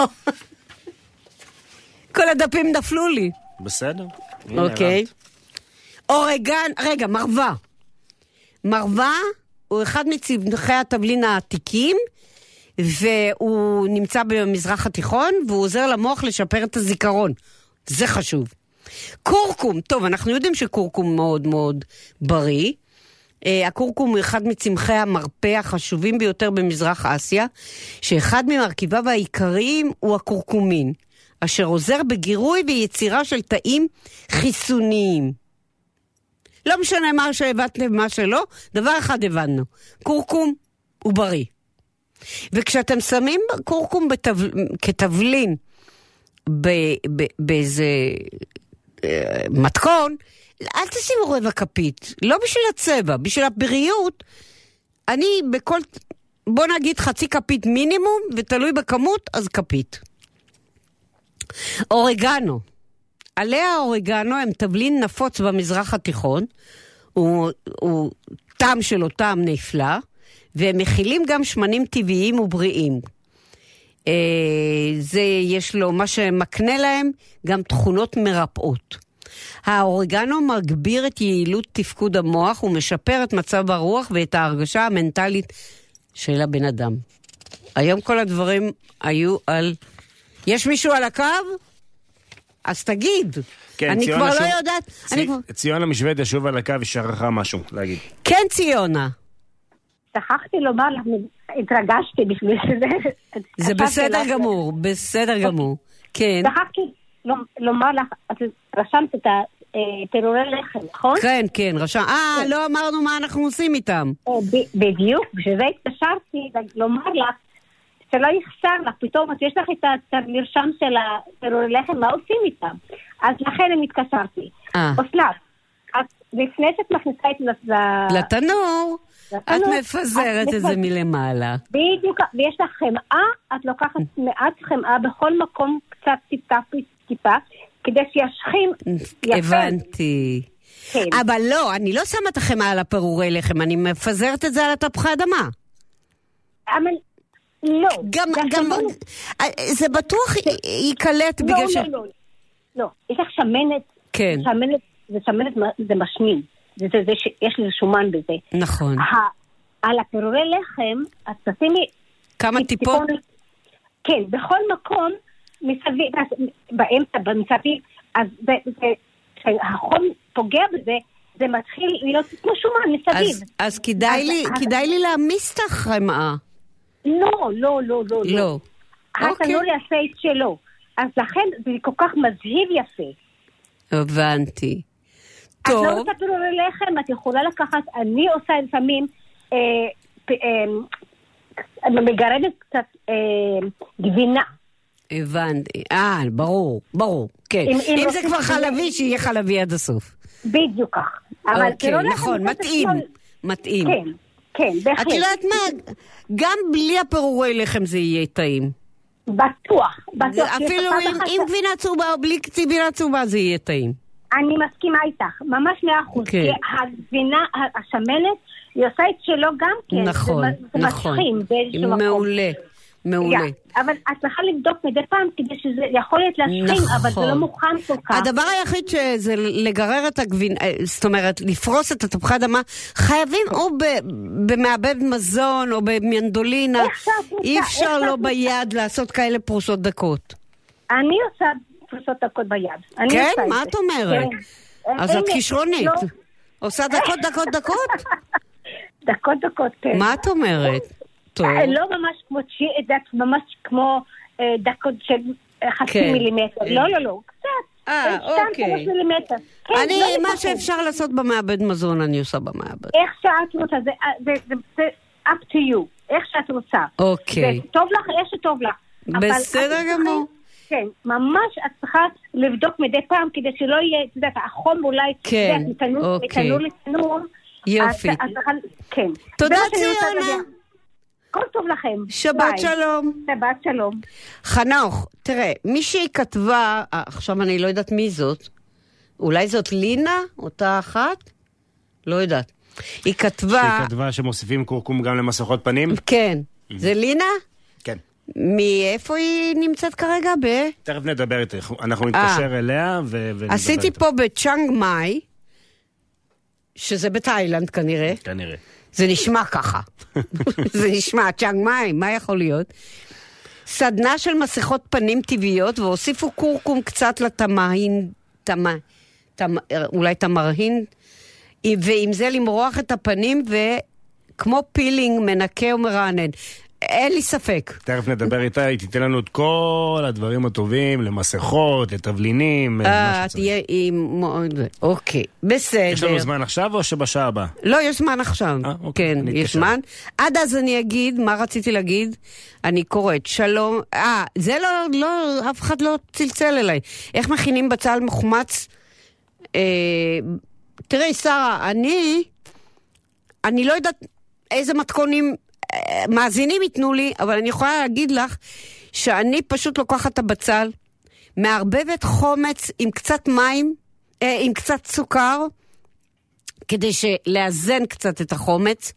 כל הדפים נפלו לי. בסדר. אוקיי. אורגן, רגע, מרווה. מרווה הוא אחד מצמחי התבלין העתיקים, והוא נמצא במזרח התיכון, והוא עוזר למוח לשפר את הזיכרון. זה חשוב. קורקום, טוב, אנחנו יודעים שקורקום מאוד מאוד בריא. הקורקום הוא אחד מצמחי המרפא החשובים ביותר במזרח אסיה, שאחד ממרכיביו העיקריים הוא הקורקומין, אשר עוזר בגירוי ויצירה של תאים חיסוניים. לא משנה מה שהבנתם, מה שלא, דבר אחד הבנו. קורקום הוא בריא. וכשאתם שמים קורקום כתבלין באיזה מתכון, אל תשימו רבע כפית, לא בשביל הצבע, בשביל הבריאות. אני בכל, בוא נגיד חצי כפית מינימום, ותלוי בכמות, אז כפית. אורגנו. עלי האורגנו הם תבלין נפוץ במזרח התיכון, הוא טעם שלו טעם נפלא, והם מכילים גם שמנים טבעיים ובריאים. זה יש לו, מה שמקנה להם, גם תכונות מרפאות. האורגנו מגביר את יעילות תפקוד המוח, ומשפר את מצב הרוח ואת ההרגשה המנטלית של הבן אדם. היום כל הדברים היו על... יש מישהו על הקו? אז תגיד. כן, אני כבר לא יודעת. ציונה משוודיה שוב על הקו ושכחה משהו להגיד. כן, ציונה. שכחתי לומר לך, התרגשתי בשביל שזה. זה בסדר גמור, בסדר גמור. כן. שכחתי לומר לך, את רשמת פירורי לחם, נכון? כן, כן, לא אמרנו מה אנחנו עושים איתם. בדיוק, בשביל זה התקשרתי לומר לך, שלא יחסר לך, פתאום יש לך את המרשם של הפירורי לחם, מה עושים איתם? אז לכן אני התקשרתי. אסנת, לפני שאת מכניסה את לתנור, את מפזרת את זה מלמעלה. בדיוק, ויש לך חמאה, את לוקחת מעט חמאה בכל מקום קצת טיפה, כדי שישכים יפה. הבנתי. כן. אבל לא, אני לא שמה את החמאה על הפירורי לחם, אני מפזרת את זה על התפוחי אדמה. אבל לא. גם, זה בטוח ייקלט בגלל ש... לא, יש לך שמנת. כן. שמנת זה משמין. יש לזה שומן בזה. נכון. על הפירורי לחם, את תשימי... כמה טיפות? כן, בכל מקום, מסביב, באמצע, במסביב, אז כשהחום פוגע בזה, זה מתחיל להיות כמו שומן מסביב. אז כדאי לי להמיס את החמאה. לא. התנור יעשה את שלו. אז לכן זה כל כך מזהיב יפה. הבנתי. טוב. את לא רוצה פירורי לחם, את יכולה לקחת, אני עושה לפעמים, מגרדת קצת גבינה. הבנתי. ברור. כן. אם זה כבר חלבי, שיהיה חלבי עד הסוף. בדיוק כך. אוקיי, נכון, מתאים. כן, בהחלט. את יודעת מה? גם בלי הפירורי לחם זה יהיה טעים. בטוח. אפילו עם גבינה צהובה או בלי גבינה צהובה זה יהיה טעים. אני מסכימה איתך, ממש 100%. כי הגבינה, השמנת, היא עושה את שלו גם כן. נכון. מעולה. אבל את צריכה לבדוק מדי פעם כדי שזה יכול להיות להשכים, אבל זה לא מוכן כל כך. הדבר היחיד שזה לגרר את הגבינה, זאת אומרת, לפרוס את התפוחי אדמה, חייבים או במעבד מזון או במנדולינה. אי אפשר לא ביד לעשות כאלה פרוסות דקות. אני עושה פרוסות דקות ביד. כן? מה את אומרת? אז את כישרונית. עושה דקות? דקות, כן. מה את אומרת? לא ממש כמו ממש כמו דקות של חצי מילימטר. לא. קצת. אוקיי. אני, מה שאפשר לעשות במעבד מזון, אני עושה במעבד. איך שאת רוצה, זה up to you. איך שאת רוצה. אוקיי. זה טוב לך, איך שטוב לך. בסדר גמור. כן, ממש את צריכה לבדוק מדי פעם, כדי שלא יהיה, את יודעת, החום אולי, כן, מתנור לתנור. יופי. כן. תודה ציונה. כל טוב לכם. שבת שלום. חנוך, תראה, מישהי כתבה, עכשיו אני לא יודעת מי זאת, אולי זאת לינה, אותה אחת? לא יודעת. היא כתבה שמוסיפים קורקום גם למסכות פנים? כן. זה לינה? כן. מאיפה היא נמצאת כרגע? תכף נדבר איתה, אנחנו נתקשר אליה עשיתי פה בצ'אנג מאי, שזה בתאילנד כנראה. זה נשמע ככה. זה נשמע, צ'אנג מאי, מה יכול להיות? סדנה של מסכות פנים טבעיות, והוסיפו קורקום קצת לתמהין, אולי תמרהין, ועם זה למרוח את הפנים, וכמו פילינג מנקה ומרענן. אין לי ספק. תכף נדבר איתה, היא תיתן לנו את כל הדברים הטובים, למסכות, לתבלינים. תהיה עם... אוקיי, בסדר. יש לנו זמן עכשיו או שבשעה הבאה? לא, יש זמן עכשיו. כן, יש זמן. עד אז אני אגיד, מה רציתי להגיד? אני קוראת, שלום. זה לא, אף אחד לא צלצל אליי. איך מכינים בצל מוחמץ? תראי, שרה, אני לא יודעת איזה מתכונים מאזינים ייתנו לי, אבל אני יכולה להגיד לך שאני פשוט לוקחת את הבצל, מערבבת חומץ עם קצת מים, עם קצת סוכר, כדי לאזן קצת את החומץ,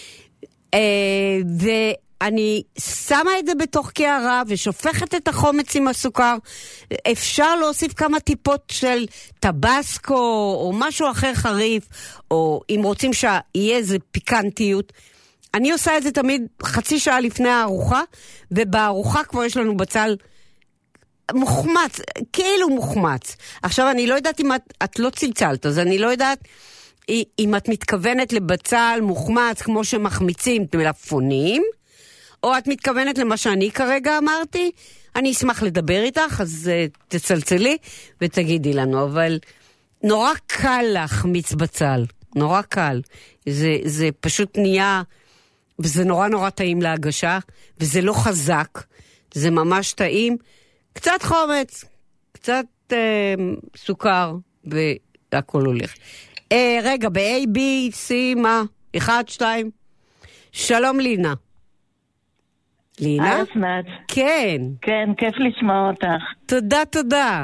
ואני שמה את זה בתוך קערה ושופכת את החומץ עם הסוכר. אפשר להוסיף כמה טיפות של טבסקו או משהו אחר חריף, או אם רוצים שיהיה איזה פיקנטיות. אני עושה את זה תמיד חצי שעה לפני הארוחה, ובארוחה כבר יש לנו בצל מוחמץ, כאילו מוחמץ. עכשיו, אני לא יודעת אם את לא צלצלת, אז אני לא יודעת אם את מתכוונת לבצל מוחמץ כמו שמחמיצים מלפפונים, או את מתכוונת למה שאני כרגע אמרתי. אני אשמח לדבר איתך, אז תצלצלי ותגידי לנו, אבל נורא קל להחמיץ בצל, נורא קל. זה פשוט נהיה, וזה נורא נורא טעים להגשה, וזה לא חזק, זה ממש טעים. קצת חומץ, קצת סוכר, והכל הולך. רגע, ב-A, B, C, מה? 1, 2. שלום לינה. לינה? אסנת. כן. כן, כיף לשמוע אותך. תודה, תודה.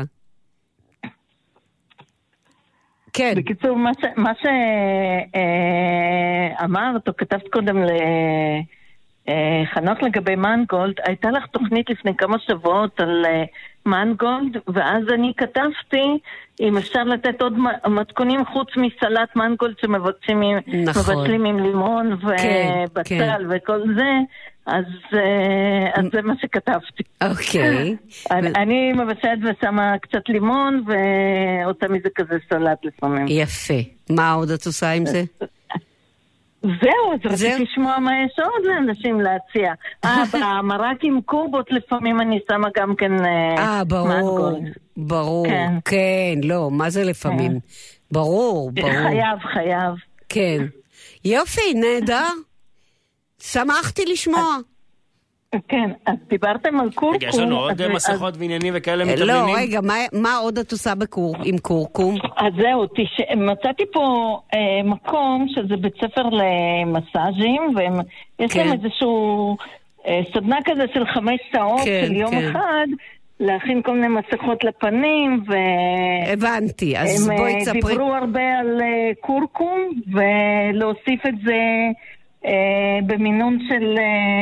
כן. בקיצור, מה שאמרת, או כתבת קודם לחנוך לגבי מנגולד, הייתה לך תוכנית לפני כמה שבועות על מנגולד, ואז אני כתבתי אם אפשר לתת עוד מתכונים חוץ מסלט מנגולד שמבצעים עם לימון ובצל וכל זה, אז זה מה שכתבתי. אוקיי. אני מבשלת ושמה קצת לימון ועושה מזה כזה סלט לפעמים. יפה. מה עוד את עושה עם זה? זהו, אז רציתי לשמוע מה יש עוד לאנשים להציע. במרק עם קורבות לפעמים אני שמה גם כן מנגולד. ברור, כן, לא, מה זה לפעמים? ברור. חייב. כן. יופי, נהדר. שמחתי לשמוע. כן, אז דיברתם על קורקום. רגע, יש לנו עוד מסכות ועניינים וכאלה מתבלינים? לא, רגע, מה עוד את עושה עם קורקום? אז זהו, מצאתי פה מקום שזה בית ספר למסאז'ים, ויש להם איזשהו סדנה כזה של 5 שעות של יום אחד, להכין כל מיני מסכות לפנים, הבנתי, אז בואי תספרי. הם דיברו הרבה על קורקום, ולהוסיף את זה במינון של...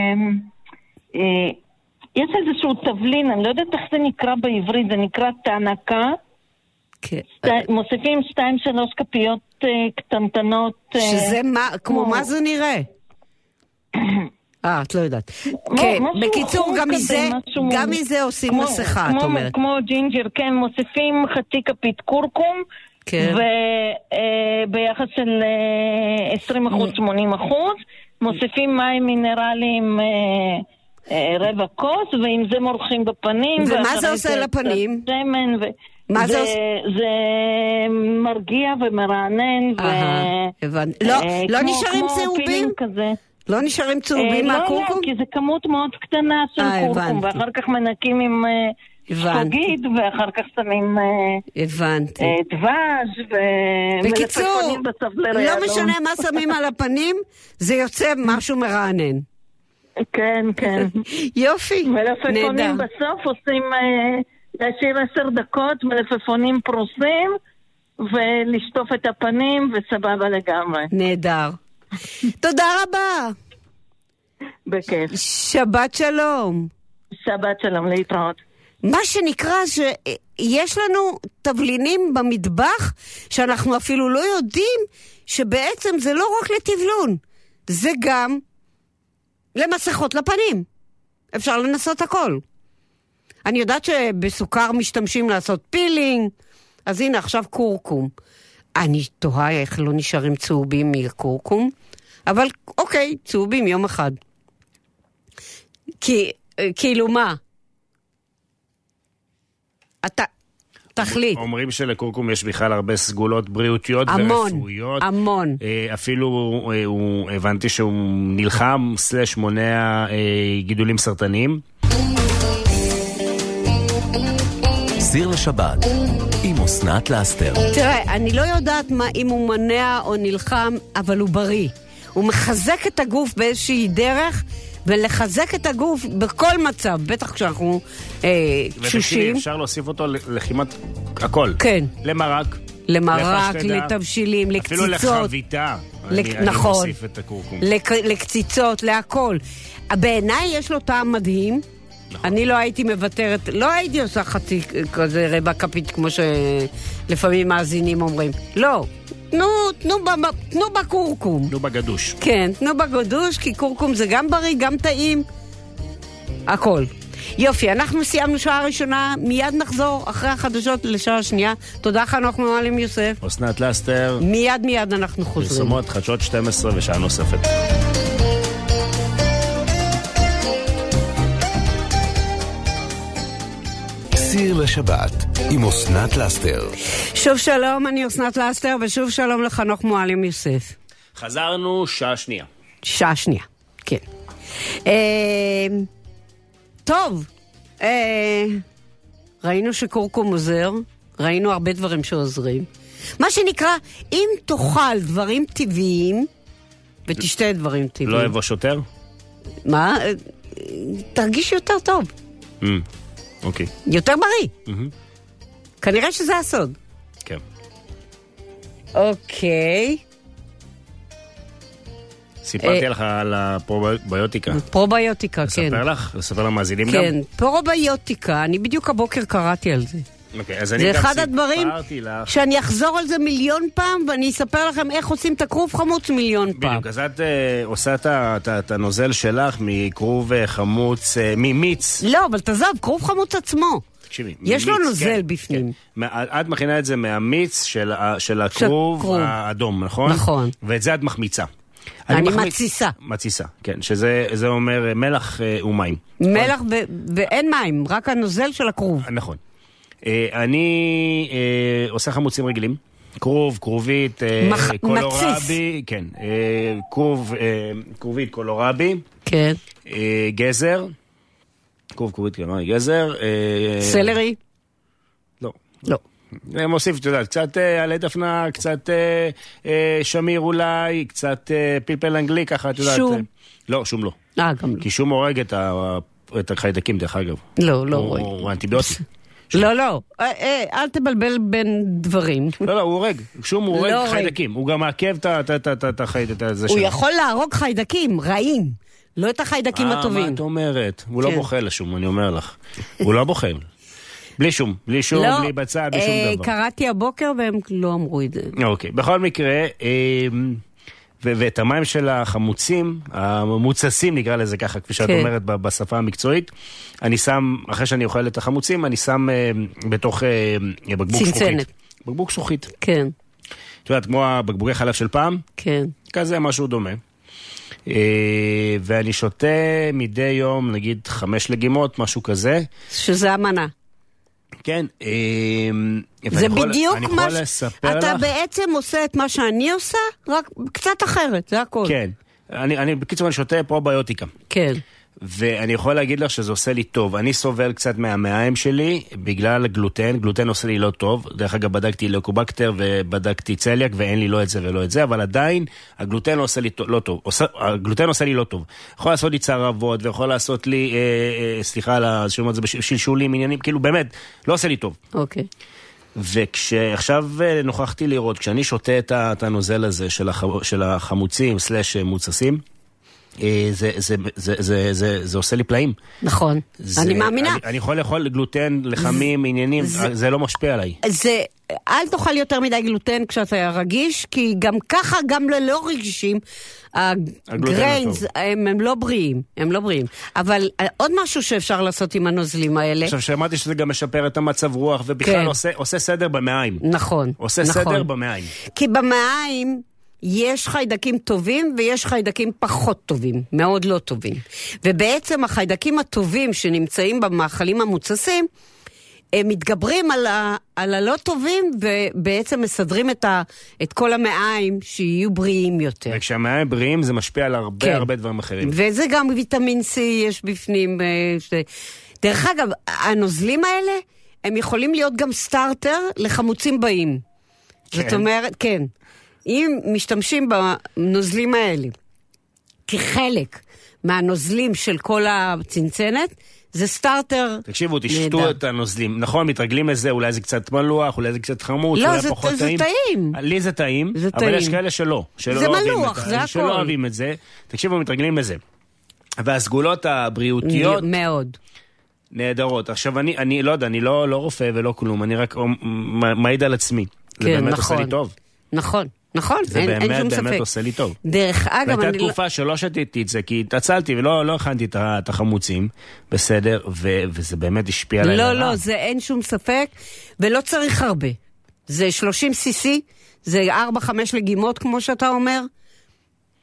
יש איזשהו תבלין, אני לא יודעת איך זה נקרא בעברית, זה נקרא תענקה. מוסיפים 2-3 כפיות קטנטנות. שזה מה, כמו מה זה נראה? את לא יודעת. כן, בקיצור, גם מזה עושים מסכה, את אומרת. כמו ג'ינג'ר, כן, מוסיפים חצי כפית קורקום, וביחס של 20%, 80%, מוסיפים מים מינרליים רבע כוס, ועם זה מורחים בפנים. ומה זה עושה לפנים? מה זה מרגיע ומרענן. לא נשארים צהובים? לא נשארים צהובים מהקורקום? לא, כי זה כמות מאוד קטנה של קורקום, ואחר כך מנקים עם ספוגיד, ואחר כך שמים דבש בקיצור, לא משנה מה שמים על הפנים, זה יוצא משהו מרענן. כן. יופי, מלפפונים בסוף עושים להשאיר 10 דקות, מלפפונים פרוסים, ולשטוף את הפנים, וסבבה לגמרי. נהדר. תודה רבה. בכיף. שבת שלום. שבת שלום, להתראות. מה שנקרא שיש לנו תבלינים במטבח, שאנחנו אפילו לא יודעים שבעצם זה לא רק לטבלון, זה גם למסכות לפנים. אפשר לנסות הכל. אני יודעת שבסוכר משתמשים לעשות פילינג, אז הנה עכשיו קורקום. אני תוהה איך לא נשארים צהובים מקורקום, אבל אוקיי, צהובים יום אחד. כאילו מה? אתה תחליט. אומרים שלקורקום יש בכלל הרבה סגולות בריאותיות ורפואיות. המון. אפילו הבנתי שהוא נלחם / מונע גידולים סרטניים. סיר לשבת עם אסנת לאסתר. תראה, אני לא יודעת אם הוא מונע או נלחם, אבל הוא בריא. הוא מחזק את הגוף באיזושהי דרך, ולחזק את הגוף בכל מצב, בטח כשאנחנו תשושים. אפשר להוסיף אותו לכמעט הכל. כן. למרק, לתבשילים, לקציצות. אפילו לחביתה. אני מוסיף את הקורקום. לקציצות, להכל. בעיניי יש לו טעם מדהים. אני לא הייתי מוותרת, לא הייתי עושה חצי כזה רבע כפית כמו שלפעמים מאזינים אומרים. לא. תנו בקורקום. תנו בגדוש. כן, תנו בגדוש, כי קורקום זה גם בריא, גם טעים. הכל. יופי, אנחנו סיימנו שעה ראשונה, מיד נחזור אחרי החדשות לשעה השנייה. תודה חנוך מועלם יוסף. אסנת לאסתר. מיד אנחנו חוזרים. פרסומות חדשות 12 ושעה נוספת. ציר לשבת עם אסנת לסטר. שוב שלום, אני אסנת לסטר, ושוב שלום לחנוך מועלם יוסף. חזרנו שעה שנייה. שעה שנייה, כן. טוב, ראינו שקורקום עוזר, ראינו הרבה דברים שעוזרים. מה שנקרא, אם תאכל דברים טבעיים, ותשתה דברים טבעיים. לא אבוא שוטר? מה? תרגיש יותר טוב. אוקיי. יותר בריא. כנראה שזה הסוד. כן. אוקיי. סיפרתי לך על הפרוביוטיקה. פרוביוטיקה, כן. לספר לך? לספר למאזינים גם? כן, פרוביוטיקה. אני בדיוק הבוקר קראתי על זה. זה אחד הדברים שאני אחזור על זה מיליון פעם, ואני אספר לכם איך עושים את הכרוב חמוץ מיליון פעם. בדיוק, אז את עושה את הנוזל שלך מכרוב חמוץ, ממיץ. לא, אבל תעזוב, כרוב חמוץ עצמו. תקשיבי, יש לו נוזל בפנים. את מכינה את זה מהמיץ של הכרוב האדום, נכון? נכון. ואת זה את מחמיצה. אני מציסה. מציסה, כן, שזה אומר מלח ומים. מלח ואין מים, רק הנוזל של הכרוב. נכון. אני עושה חמוצים רגילים, כרוב, כרובית, קולורבי, כן, כרובית, קולורבי, כן, גזר, כרוב, כרובית, גזר, סלרי? לא. לא. מוסיף, אתה יודע, קצת עלי דפנה, קצת שמיר אולי, קצת פלפל אנגלי, ככה, אתה יודעת. שום? לא, שום לא. גם לא. כי שום הורג את החיידקים, דרך אגב. לא הורג. הוא אנטיביוטי. לא, אל תבלבל בין דברים. לא, הוא הורג. שום הוא הורג חיידקים. הוא גם מעכב את החיידק הזה שלו. הוא יכול להרוג חיידקים רעים, לא את החיידקים הטובים. מה את אומרת? הוא לא בוכה לשום, אני אומר לך. הוא לא בוכה. בלי שום, בלי בצע, בלי שום דבר. קראתי הבוקר והם לא אמרו את זה. אוקיי, בכל מקרה, ואת המים של החמוצים, המוצסים נקרא לזה ככה, כפי שאת אומרת בשפה המקצועית, אני שם, אחרי שאני אוכל את החמוצים, אני שם בתוך בקבוק זכוכית. בקבוק זכוכית. כן. את יודעת, כמו הבקבוקי חלב של פעם? כן. כזה משהו דומה. ואני שותה מדי יום, נגיד 5 לגימות, משהו כזה. שזה המנה. כן. זה בדיוק מה אתה בעצם עושה את מה שאני עושה, רק קצת אחרת, זה הכל. כן. בקיצור, אני שותה פרוביוטיקה. כן. ואני יכול להגיד לך שזה עושה לי טוב. אני סובל קצת מהמעיים שלי בגלל הגלוטן. גלוטן עושה לי לא טוב. דרך אגב, בדקתי לוקובקטר ובדקתי צליאק, ואין לי לא את זה ולא את זה, אבל עדיין הגלוטן עושה לי לא טוב. הגלוטן עושה לי לא טוב. יכול לעשות לי צרבות, ויכול לעשות לי, סליחה על השאומות, זה בשלשולים, עניינים, כאילו באמת, לא עושה לי טוב. אוקיי. וכשעכשיו נוכחתי לראות, כשאני שותה את הנוזל הזה של החמוצים סלש מוצסים, זה עושה לי פלאים. נכון, אני מאמינה. אני יכול לאכול גלוטן, לחמים, עניינים, זה לא משפיע עליי. אל תאכל יותר מדי גלוטן כשאתה רגיש, כי גם ככה, גם ללא רגישים, הגריינס, הם לא בריאים, הם לא בריאים. אבל עוד משהו שאפשר לעשות עם הנוזלים האלה. עכשיו, שמעתי שזה גם משפר את המצב רוח, ובכלל עושה סדר במעיים. נכון. עושה סדר במעיים. כי במעיים יש חיידקים טובים ויש חיידקים פחות טובים, מאוד לא טובים. ובעצם החיידקים הטובים שנמצאים במאכלים המוצסים, הם מתגברים על הלא טובים, ובעצם מסדרים את כל המעיים שיהיו בריאים יותר. וכשהמעיים בריאים זה משפיע על הרבה דברים אחרים. וזה גם ויטמין C יש בפנים. דרך אגב, הנוזלים האלה, הם יכולים להיות גם סטארטר לחמוצים באים. זאת אומרת, כן. אם משתמשים בנוזלים האלה כחלק מהנוזלים של כל הצנצנת, זה סטארטר. תקשיבו, תשתו את הנוזלים. נכון, מתרגלים לזה, אולי זה קצת מלוח, אולי זה קצת חמוץ, לא, אולי פחות טעים. זה טעים. לי זה טעים, אבל יש כאלה שלא. זה מלוח, זה הכל. שלא אוהבים את זה. תקשיבו, מתרגלים לזה. והסגולות הבריאותיות מאוד נהדרות. עכשיו, אני לא יודע, אני לא רופא ולא כלום, אני רק מעיד על עצמי. זה באמת עושה לי טוב. נכון. נכון, אין שום ספק. זה באמת עושה לי טוב. דרך אגב, והייתה תקופה שלא שתיתי את זה, כי התעצלתי ולא הכנתי את החמוצים, בסדר, וזה באמת השפיע עליי. לא, זה אין שום ספק, ולא צריך הרבה. זה 30 cc, זה 4-5 לגימות, כמו שאתה אומר.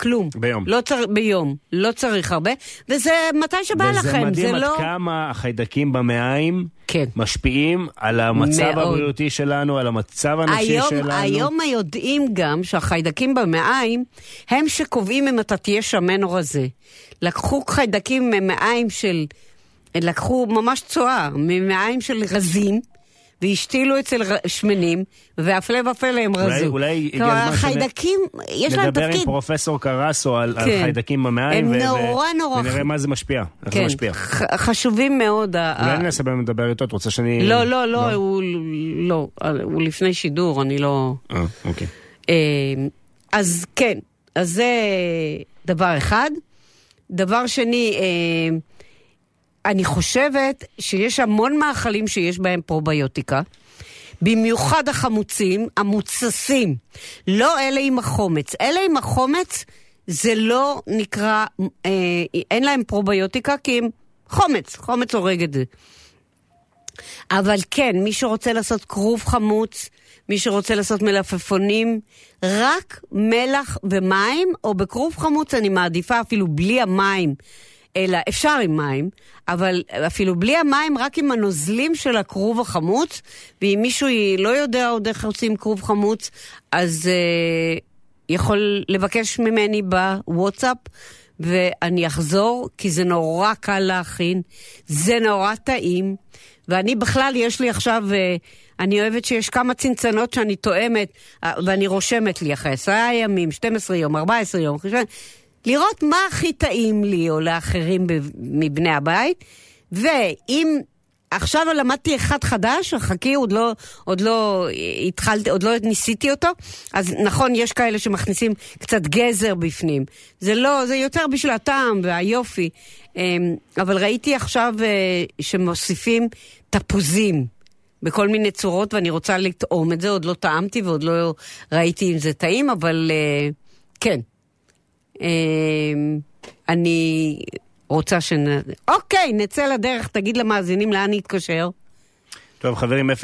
כלום. ביום. ביום. לא צריך הרבה. וזה מתי שבא לכם. וזה מדהים עד לא... כמה החיידקים במעיים משפיעים על המצב הבריאותי שלנו, על המצב הנפשי שלנו. היום יודעים גם שהחיידקים במעיים הם שקובעים אם אתה תהיה שמן או רזה. לקחו חיידקים ממעיים לקחו ממש צועה, ממעיים של רזים, והשתילו אצל שמנים, והפלא ופלא הם רזו. אולי הגיע הזמן החיידקים, יש להם תפקיד. נדבר עם פרופסור קרסו על חיידקים במעיים, ונראה מה זה משפיע. איך זה משפיע. חשובים מאוד. אולי אני אנסה באמת לדבר איתו, את רוצה שאני... לא, הוא לפני שידור, אני לא... אוקיי. אז כן, אז זה דבר אחד. דבר שני, אני חושבת שיש המון מאכלים שיש בהם פרוביוטיקה, במיוחד החמוצים, המוצסים, לא אלה עם החומץ. אלה עם החומץ זה לא נקרא, אין להם פרוביוטיקה כי הם חומץ הורג את זה. אבל כן, מי שרוצה לעשות כרוב חמוץ, מי שרוצה לעשות מלפפונים, רק מלח ומים, או בכרוב חמוץ אני מעדיפה אפילו בלי המים, אלא אפשר עם מים, אבל אפילו בלי המים, רק עם הנוזלים של הכרוב החמוץ, ואם מישהו לא יודע עוד איך עושים כרוב חמוץ, אז יכול לבקש ממני בוואטסאפ, ואני אחזור, כי זה נורא קל להכין, זה נורא טעים, ואני בכלל, יש לי עכשיו, אני אוהבת שיש כמה צנצנות שאני תואמת, ואני רושמת לי אחרי 10 ימים, 12 יום, 14 יום, לראות מה הכי טעים לי או לאחרים מבני הבית, ואם עכשיו למדתי אחד חדש, חכי, עוד לא התחלתי, עוד לא ניסיתי אותו, אז נכון, יש כאלה שמכניסים קצת גזר בפנים, זה יותר בשביל הטעם והיופי, אבל ראיתי עכשיו שמוסיפים תפוזים בכל מיני צורות, ואני רוצה לטעום את זה, עוד לא טעמתי ועוד לא ראיתי אם זה טעים, אבל כן. אני רוצה אוקיי, נצא לדרך, תגיד למאזינים לאן נתקשר. טוב, חברים, 04-6767222,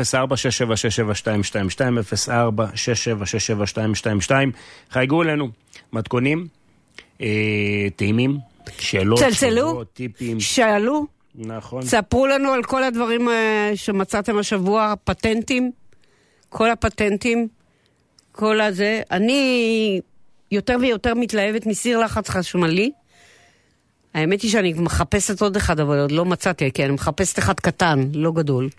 04-6767222, חייגו אלינו, מתכונים, טעימים, שאלות, צלצלו, טיפים. שאלו, נכון. ספרו לנו על כל הדברים שמצאתם השבוע, פטנטים, כל הפטנטים, כל הזה. אני יותר ויותר מתלהבת מסיר לחץ חשמלי. האמת היא שאני מחפשת עוד אחד, אבל עוד לא מצאתי, כי אני מחפשת אחד קטן, לא גדול.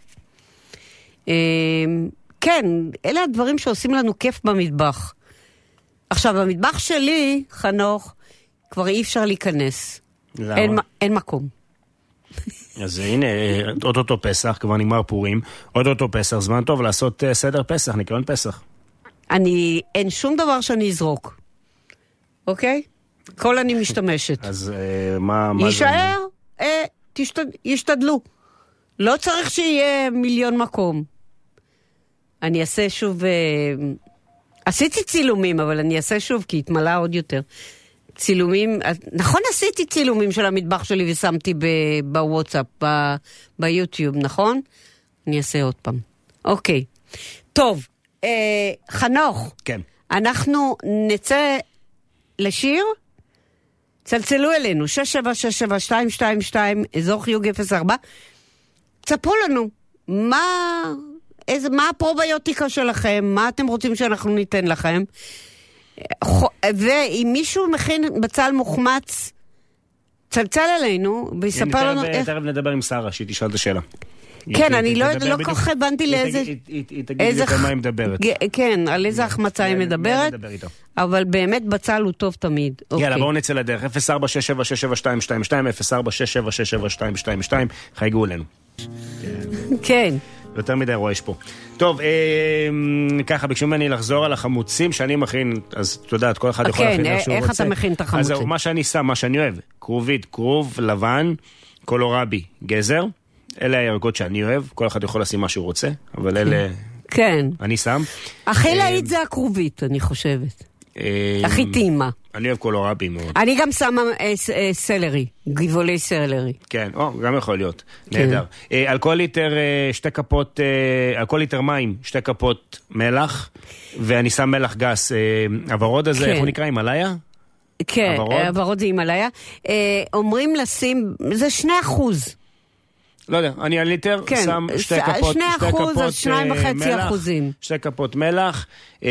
כן, אלה הדברים שעושים לנו כיף במטבח. עכשיו, במטבח שלי, חנוך, כבר אי אפשר להיכנס. למה? אין מקום. אז הנה, אותו פסח, כבר נגמר פורים, אותו פסח, זמן טוב לעשות סדר פסח, ניקיון פסח. אין שום דבר שאני אזרוק. אוקיי? כל אני משתמשת. אז מה יישאר, ישתדלו. לא צריך שיהיה מיליון מקום. אני אעשה שוב, עשיתי צילומים, אבל אני אעשה שוב, כי התמלא עוד יותר. צילומים, נכון עשיתי צילומים של המטבח שלי ושמתי בוואטסאפ, ביוטיוב, נכון? אני אעשה עוד פעם. אוקיי. טוב, חנוך. כן. אנחנו נצא לשיר, צלצלו אלינו, 6767222, אזור חיוג 04, צפו לנו, מה הפרוביוטיקה שלכם, מה אתם רוצים שאנחנו ניתן לכם, ואם מישהו מכין בצל מוחמץ, צלצל אלינו, ויספר לנו איך... תכף נדבר עם שרה, שהיא תשאל את השאלה. כן, אני לא כל כך הבנתי לאיזה... היא תגיד לי מה היא מדברת. כן, על איזה החמצה היא מדברת, אבל באמת בצל הוא טוב תמיד. יאללה, בואו נצא לדרך, 04-6767222, 04-6767222, חייגו אלינו. כן. יותר מדי רואה יש פה. טוב, ככה, ביקשו ממני לחזור על החמוצים שאני מכין, אז אתה יודעת, כל אחד יכול להכין מה שהוא רוצה. איך אתה מכין את החמוצים? אז מה שאני שם, מה שאני אוהב, כרובית, כרוב, לבן, קולורבי, גזר, אלה הירקות שאני אוהב, כל אחד יכול לשים מה שהוא רוצה, אבל אלה... כן. אני שם. הכי להיט זה הכרובית, אני חושבת. הכי טעימה. אני אוהב קולורבי מאוד. אני גם שמה סלרי, גבעולי סלרי. כן, גם יכול להיות. נהדר. על כל ליטר 2 כפות, על כל ליטר מים 2 כפות מלח, ואני שם מלח גס. הוורוד הזה, איך הוא נקרא? הימלאיה? כן, הוורוד זה הימלאיה. אומרים לשים, זה 2%. לא יודע, אני על ליטר שם 2 כפות 2.5%. 2 כפות מלח.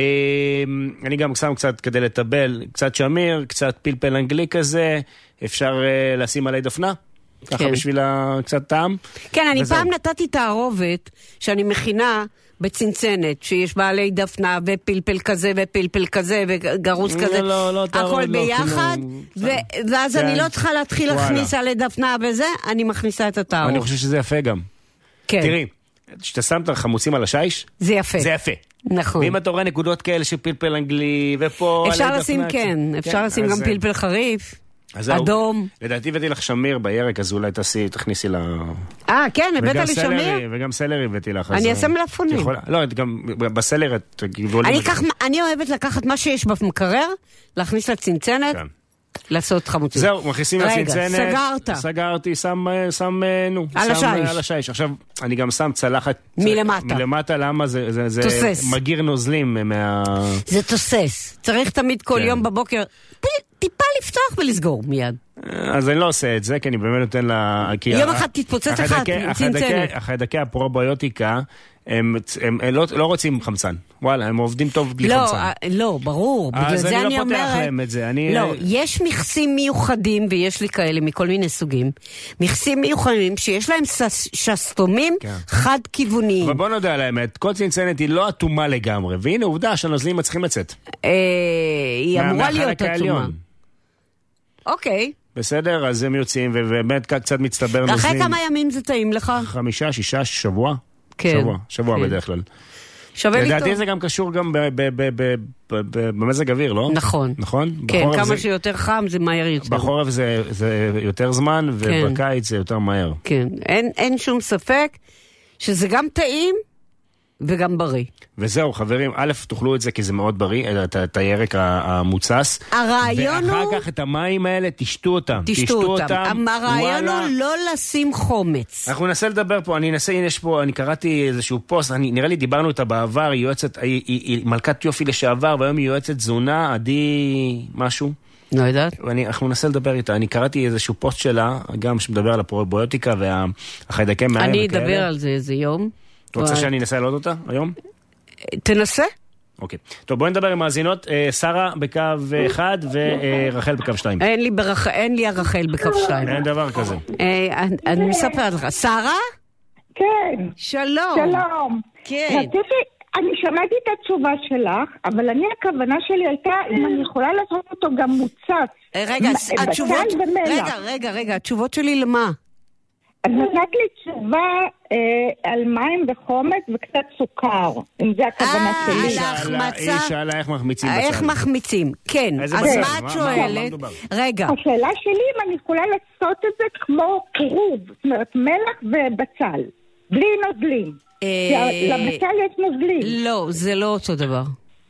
אני גם שם קצת כדי לטבל, קצת שמיר, קצת פלפל אנגלי כזה. אפשר לשים עלי דפנה, ככה בשביל קצת טעם. כן, אני פעם נתתי תערובת שאני מכינה בצנצנת, שיש בעלי דפנה ופלפל כזה ופלפל כזה וגרוס כזה, הכל ביחד, ואז אני לא צריכה להתחיל להכניס עלי דפנה וזה, אני מכניסה את התערובת. אני חושב שזה יפה גם. תראי, כשאתה שם את החמוצים על השיש, זה יפה. זה יפה. נכון. ואם אתה רואה נקודות כאלה של פלפל אנגלי, ופה אפשר לשים, כן, אפשר לשים גם פלפל חריף. אדום. לדעתי הבאתי לך שמיר בירק, אז אולי תכניסי לה... כן, הבאת לי שמיר? וגם סלרי הבאתי לך. אני אעשה מלפפונים. לא, גם בסלרי... אני אוהבת לקחת מה שיש במקרר, להכניס לצנצנת, לעשות חמוצים. זהו, מכניסים לצנצנת. רגע, סגרת. סגרתי, שם, על השיש. עכשיו, אני גם שם צלחת... מלמטה, למה זה מגיר נוזלים מה... זה תוסס. צריך תמיד כל יום בבוקר... טיפה לפתוח ולסגור מיד. אז אני לא עושה את זה, כי אני באמת נותן לה... יום אחד תתפוצץ לך צנצנת. החיידקי הפרוביוטיקה, הם לא רוצים חמצן. וואלה, הם עובדים טוב בלי חמצן. לא, ברור. בגלל זה אני אומרת... אז אני לא פותח להם את זה. לא, יש מכסים מיוחדים, ויש לי כאלה מכל מיני סוגים, מכסים מיוחדים שיש להם שסתומים חד-כיווניים. אבל בוא נודע על האמת, כל צנצנת היא לא אטומה לגמרי, והנה עובדה שהנוזלים מצליחים לצאת. היא אמורה להיות אטומה. אוקיי. בסדר, אז הם יוצאים, ובאמת קצת מצטבר נוזלים. אחרי כמה ימים זה טעים לך? 5, 6, שבוע? כן. שבוע בדרך כלל. שווה לי טוב. לדעתי זה גם קשור גם במזג אוויר, לא? נכון. נכון? כן, כמה שיותר חם זה מהר יותר. בחורף זה יותר זמן, ובקיץ זה יותר מהר. כן, אין שום ספק שזה גם טעים וגם בריא. וזהו, חברים, א', תאכלו את זה כי זה מאוד בריא, את הירק המוצס. הרעיון הוא... ואחר כך את המים האלה, תשתו אותם. תשתו אותם. הרעיון הוא לא לשים חומץ. אנחנו ננסה לדבר פה, אני קראתי איזשהו פוסט, נראה לי דיברנו איתה בעבר, היא מלכת יופי לשעבר, והיום היא יועצת תזונה, עדי משהו. לא יודעת. אנחנו ננסה לדבר איתה, אני קראתי איזשהו פוסט שלה, גם שמדבר על הפרוביוטיקה והחיידקי מים. אני אדבר על זה איזה יום. אתה רוצה שאני אנסה לעלות אותה היום? תנסה. אוקיי. טוב, בואי נדבר עם מאזינות. שרה בקו 1 ורחל בקו 2. אין לי הרחל בקו 2. אין דבר כזה. אני מספרת לך. שרה? כן. שלום. שלום. כן. רציתי, אני שמעתי את התשובה שלך, אבל הכוונה שלי הייתה אם אני יכולה לעשות אותו גם מוצץ. רגע, התשובות... רגע, התשובות שלי למה? אז נתת לי תשובה על מים וחומץ וקצת סוכר, אם זה הכוונה שלי. היא שאלה איך מחמיצים בצל. איך מחמיצים, כן. אז מה את שואלת? רגע. השאלה שלי אם אני יכולה לעשות את זה כמו קירוב, זאת אומרת מלח ובצל, בלי נוזלים. לבצל יש נוזלים. לא, זה לא אותו דבר.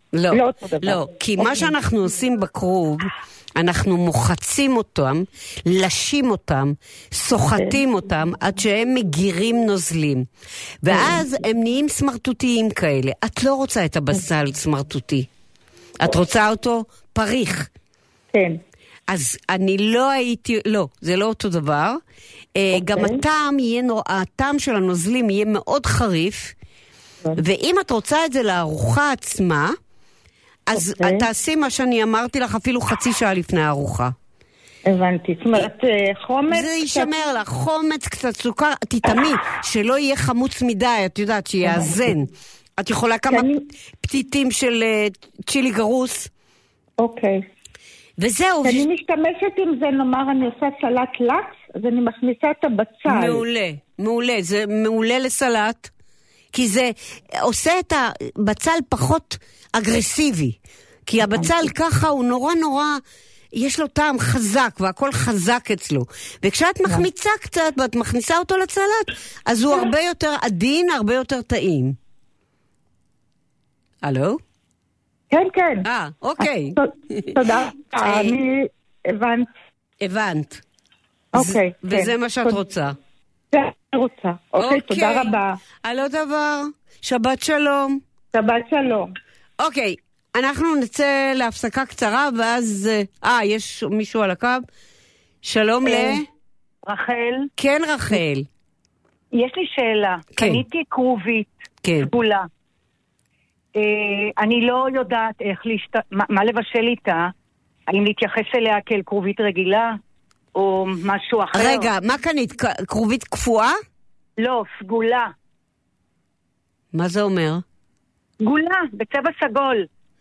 לא, כי מה שאנחנו עושים בקרוב, אנחנו מוחצים אותם, לשים אותם, סוחטים אותם, עד שהם מגירים נוזלים. ואז הם נהיים סמרטוטיים כאלה. את לא רוצה את הבצל סמרטוטי. את רוצה אותו פריך. כן. אז אני לא הייתי, לא, זה לא אותו דבר. גם הטעם של הנוזלים יהיה מאוד חריף, ואם את רוצה את זה לארוחה עצמה, אז תעשי מה שאני אמרתי לך אפילו חצי שעה לפני הארוחה. הבנתי, זאת אומרת חומץ... זה יישמר לך, חומץ, קצת סוכר, תתאמי, שלא יהיה חמוץ מדי, את יודעת, שיאזן. את יכולה כמה פתיתים של צ'ילי גרוס. אוקיי. וזהו. אני משתמשת עם זה, נאמר, אני עושה סלט לקס, אז אני מכניסה את הבצל. מעולה, זה מעולה לסלט. כי זה עושה את הבצל פחות אגרסיבי. כי הבצל ככה הוא נורא, יש לו טעם חזק, והכל חזק אצלו. וכשאת מחמיצה קצת, ואת מכניסה אותו לסלט, אז הוא הרבה יותר עדין, הרבה יותר טעים. הלו? כן. אוקיי. תודה. אני הבנת. אוקיי. וזה מה שאת רוצה. זה אני רוצה. אוקיי, תודה רבה. על עוד דבר. שבת שלום. שבת שלום. אוקיי, אנחנו נצא להפסקה קצרה, ואז... יש מישהו על הקו? שלום רחל. כן, רחל. יש לי שאלה. כן. קניתי כרובית, סגולה. אני לא יודעת מה לבשל איתה, האם להתייחס אליה כאל כרובית רגילה, או משהו אחר. רגע, מה קנית? כרובית קפואה? לא, סגולה. מה זה אומר? סגולה, בצבע סגול.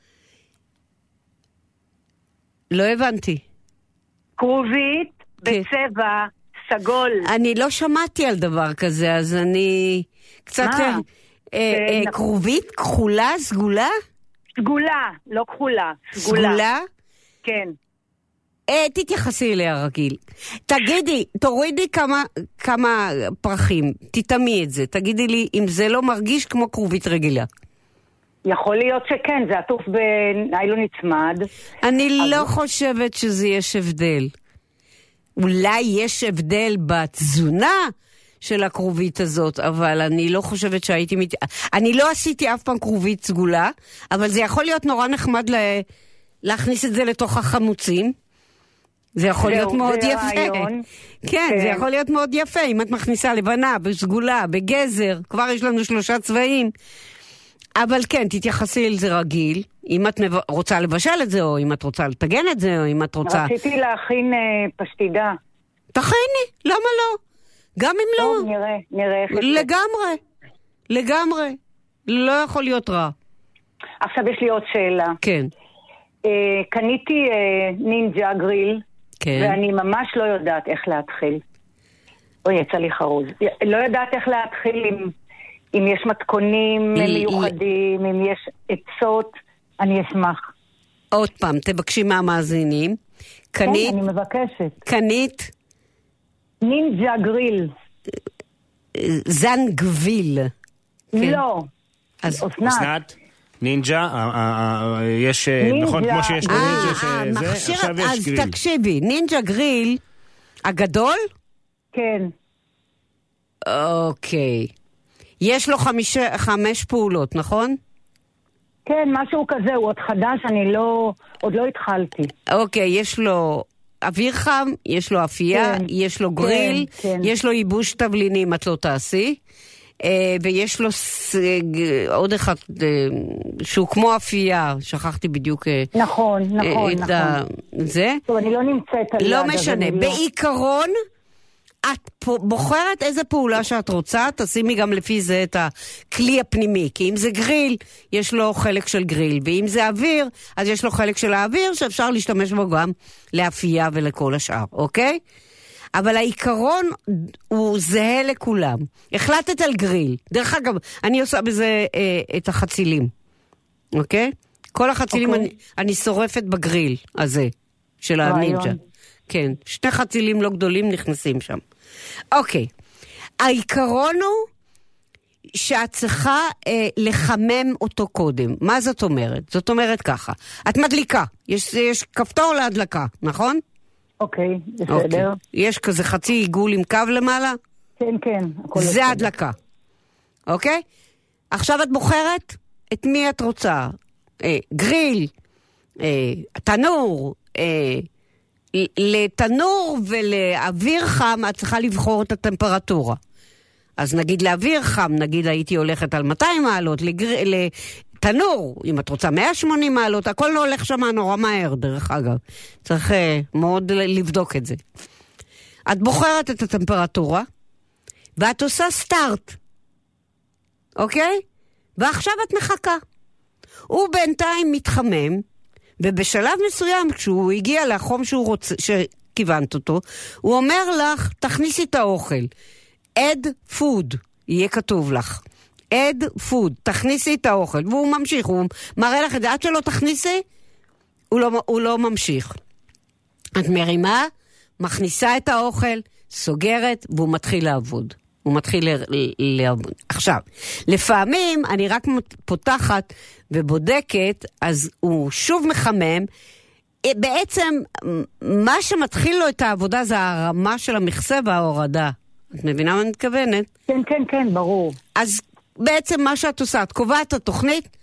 לא הבנתי. כרובית בצבע סגול. אני לא שמעתי על דבר כזה, אז אני קצת... כרובית, כחולה, סגולה? סגולה, לא כחולה. סגולה? כן. תתייחסי אליה רגיל. תגידי, תורידי כמה פרחים, תתאמי את זה. תגידי לי אם זה לא מרגיש כמו כרובית רגילה. יכול להיות שכן, זה עטוף בניילון נצמד. אני לא חושבת שזה יש הבדל. אולי יש הבדל בתזונה של הכרובית הזאת, אבל אני לא חושבת שהייתי... אני לא עשיתי אף פעם כרובית סגולה, אבל זה יכול להיות נורא נחמד להכניס את זה לתוך החמוצים. זה יכול להיות מאוד יפה. כן, זה יכול להיות מאוד יפה. אם את מכניסה לבנה, בסגולה, בגזר, כבר יש לנו 3 צבעים. אבל כן, תתייחסי אל זה רגיל. אם את רוצה לבשל את זה, או אם את רוצה לתגן את זה, או אם את רוצה... רציתי להכין פשטידה. תכיני, למה לא? גם אם לא. טוב, נראה איך... לגמרי. לא יכול להיות רע. עכשיו יש לי עוד שאלה. כן. קניתי נינג'ה גריל, ואני ממש לא יודעת איך להתחיל. יצא לי חרוז. לא יודעת איך להתחיל אם יש מתכונים מיוחדים, אם יש עצות, אני אשמח. עוד פעם, תבקשי מהמאזינים. כן, אני מבקשת. קנית? נינג'ה גריל. זנגוויל. לא. אסנת? נינג'ה, יש, נכון, כמו שיש נינג'ה שזה, עכשיו יש גריל. אז תקשיבי, נינג'ה גריל, הגדול? כן. אוקיי. יש לו 5 פעולות, נכון? כן, משהו כזה, הוא עוד חדש, עוד לא התחלתי. אוקיי, יש לו אוויר חם, יש לו אפייה, יש לו גריל, יש לו ייבוש תבלינים, את לא תעשי. ויש לו עוד אחד שהוא כמו אפייה, שכחתי בדיוק נכון. זה. טוב, אני לא נמצאת על יד. לא משנה, בעיקרון את בוחרת איזה פעולה שאת רוצה, תשימי גם לפי זה את הכלי הפנימי, כי אם זה גריל, יש לו חלק של גריל, ואם זה אוויר, אז יש לו חלק של האוויר שאפשר להשתמש בו גם לאפייה ולכל השאר, אוקיי? אבל העיקרון הוא זהה לכולם. החלטת על גריל. דרך אגב, אני עושה בזה את החצילים. אוקיי? כל החצילים אני שורפת בגריל הזה, של הנינג'ה. כן, 2 חצילים לא גדולים נכנסים שם. אוקיי. העיקרון הוא שאת צריכה לחמם אותו קודם. מה זאת אומרת? זאת אומרת ככה. את מדליקה. יש כפתור להדלקה, נכון? אוקיי, בסדר. יש כזה חצי עיגול עם קו למעלה? כן. זה הדלקה. אוקיי? עכשיו את בוחרת את מי את רוצה. גריל, תנור, לתנור ולאוויר חם את צריכה לבחור את הטמפרטורה. אז נגיד לאוויר חם, נגיד הייתי הולכת על 200 מעלות, תנור, אם את רוצה 180 מעלות, הכל לא הולך שם נורא מהר, דרך אגב. צריך מאוד לבדוק את זה. את בוחרת את הטמפרטורה, ואת עושה סטארט. אוקיי? ועכשיו את מחכה. הוא בינתיים מתחמם, ובשלב מסוים, כשהוא הגיע לחום שכיוונת אותו, הוא אומר לך, תכניסי את האוכל. add food, יהיה כתוב לך. add food, תכניסי את האוכל, והוא ממשיך, הוא מראה לך את זה, עד שלא תכניסי, הוא לא ממשיך. את מרימה, מכניסה את האוכל, סוגרת, והוא מתחיל לעבוד. הוא מתחיל לעבוד. עכשיו, לפעמים אני רק פותחת ובודקת, אז הוא שוב מחמם, בעצם מה שמתחיל לו את העבודה זה הרמה של המכסה וההורדה. את מבינה מה אני מתכוונת? כן, ברור. אז בעצם מה שאת עושה, את קובעת את התוכנית,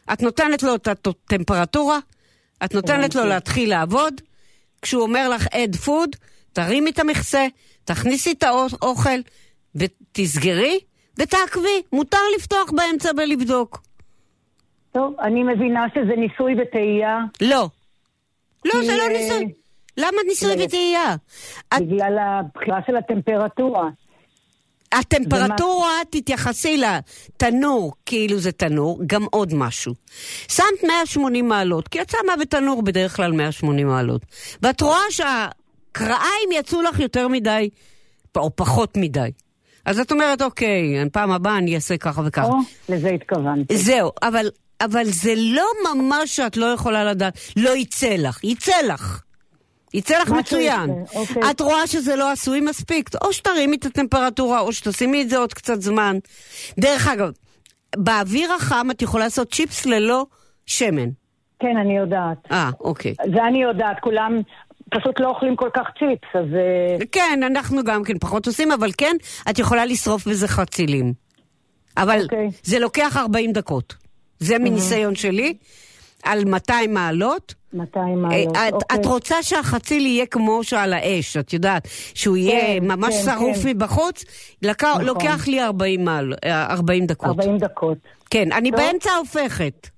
את נותנת לו את הטמפרטורה, את נותנת לו להתחיל לעבוד, כשהוא אומר לך add food, תרימי את המכסה, תכניסי את האוכל, ותסגרי, ותעקבי. מותר לפתוח באמצע ולבדוק. טוב, אני מבינה שזה ניסוי וטעייה. לא. לא, זה לא ניסוי. למה ניסוי וטעייה? בגלל הבחירה של הטמפרטורה. הטמפרטורה תתייחסי לתנור, כאילו זה תנור, גם עוד משהו. שמת 180 מעלות, כי יצא מה בתנור בדרך כלל 180 מעלות. ואת רואה שהקרעיים יצאו לך יותר מדי, או פחות מדי. אז את אומרת, אוקיי, פעם הבאה אני אעשה ככה וככה. לזה התכוונתי. זהו, אבל זה לא ממש שאת לא יכולה לדעת. לא יצא לך, יצא לך. יצא לך מצוין. את רואה שזה לא עשוי מספיק, או שתרימי את הטמפרטורה, או שתשימי את זה עוד קצת זמן. דרך אגב, באוויר החם את יכולה לעשות צ'יפס ללא שמן. כן, אני יודעת. אוקיי. זה אני יודעת, כולם פשוט לא אוכלים כל כך צ'יפס, אז... כן, אנחנו גם כן פחות עושים, אבל כן, את יכולה לשרוף בזה חצילים. אבל זה לוקח 40 דקות. זה מניסיון שלי, על 200 מעלות. 200 מעלות, את רוצה שהחציל יהיה כמו שעל האש, את יודעת, שהוא יהיה ממש שרוף מבחוץ, לוקח לי 40 דקות. 40 דקות. כן, אני באמצע הופכת.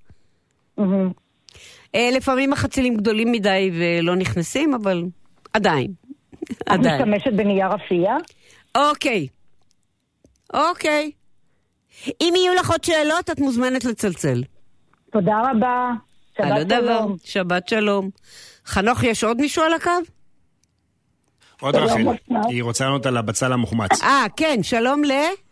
לפעמים החצילים גדולים מדי ולא נכנסים, אבל עדיין. את משתמשת בנייר אפייה? אוקיי. אם יהיו לך עוד שאלות, את מוזמנת לצלצל. תודה רבה. שבת שלום. שבת שלום. חנוך, יש עוד מישהו על הקו? עוד רחל. היא רוצה לענות על הבצל המוחמץ. כן, שלום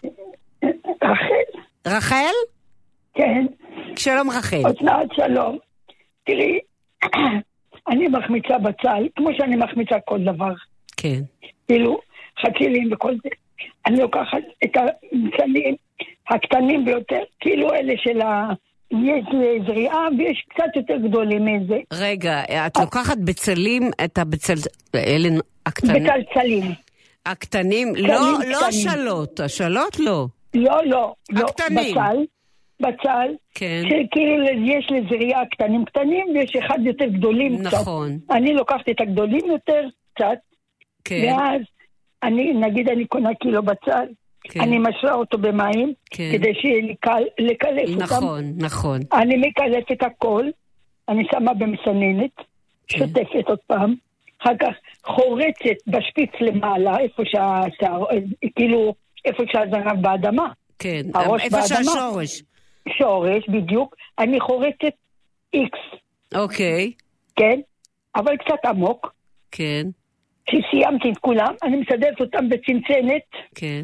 רחל. רחל? כן. שלום רחל. אסנת, שלום. תראי, אני מחמיצה בצל, כמו שאני מחמיצה כל דבר. כן. כאילו, חצילים וכל זה. אני לוקחת את המצלים הקטנים ביותר, כאילו אלה של יש זריעה ויש קצת יותר גדולים מזה. רגע, את לוקחת בצלים, את אלה הקטנים? בצלצלים. הקטנים, לא השלות, השלות לא. לא. הקטנים. בצל, כן. שכאילו יש לזריעה קטנים ויש אחד יותר גדולים קצת. נכון. אני לוקחת את הגדולים יותר קצת, כן. ואז נגיד אני קונה קילו בצל, כן. אני משרה אותו במים, כן. כדי שיהיה לי קל לקלף אותם. נכון. אני מקלף את הכל, אני שמה במסננת, כן. שוטפת עוד פעם, אחר כך חורצת בשפיץ למעלה, איפה כאילו, איפה שהזנב באדמה. כן, איפה שהשורש. שורש, בדיוק. אני חורצת איקס. אוקיי. כן, אבל קצת עמוק. כן. כשסיימתי את כולם, אני מסדרת אותם בצנצנת. כן.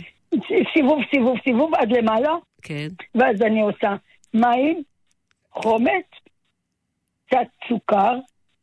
סיבוב עד למעלה. כן. ואז אני עושה מים, חומץ, קצת סוכר.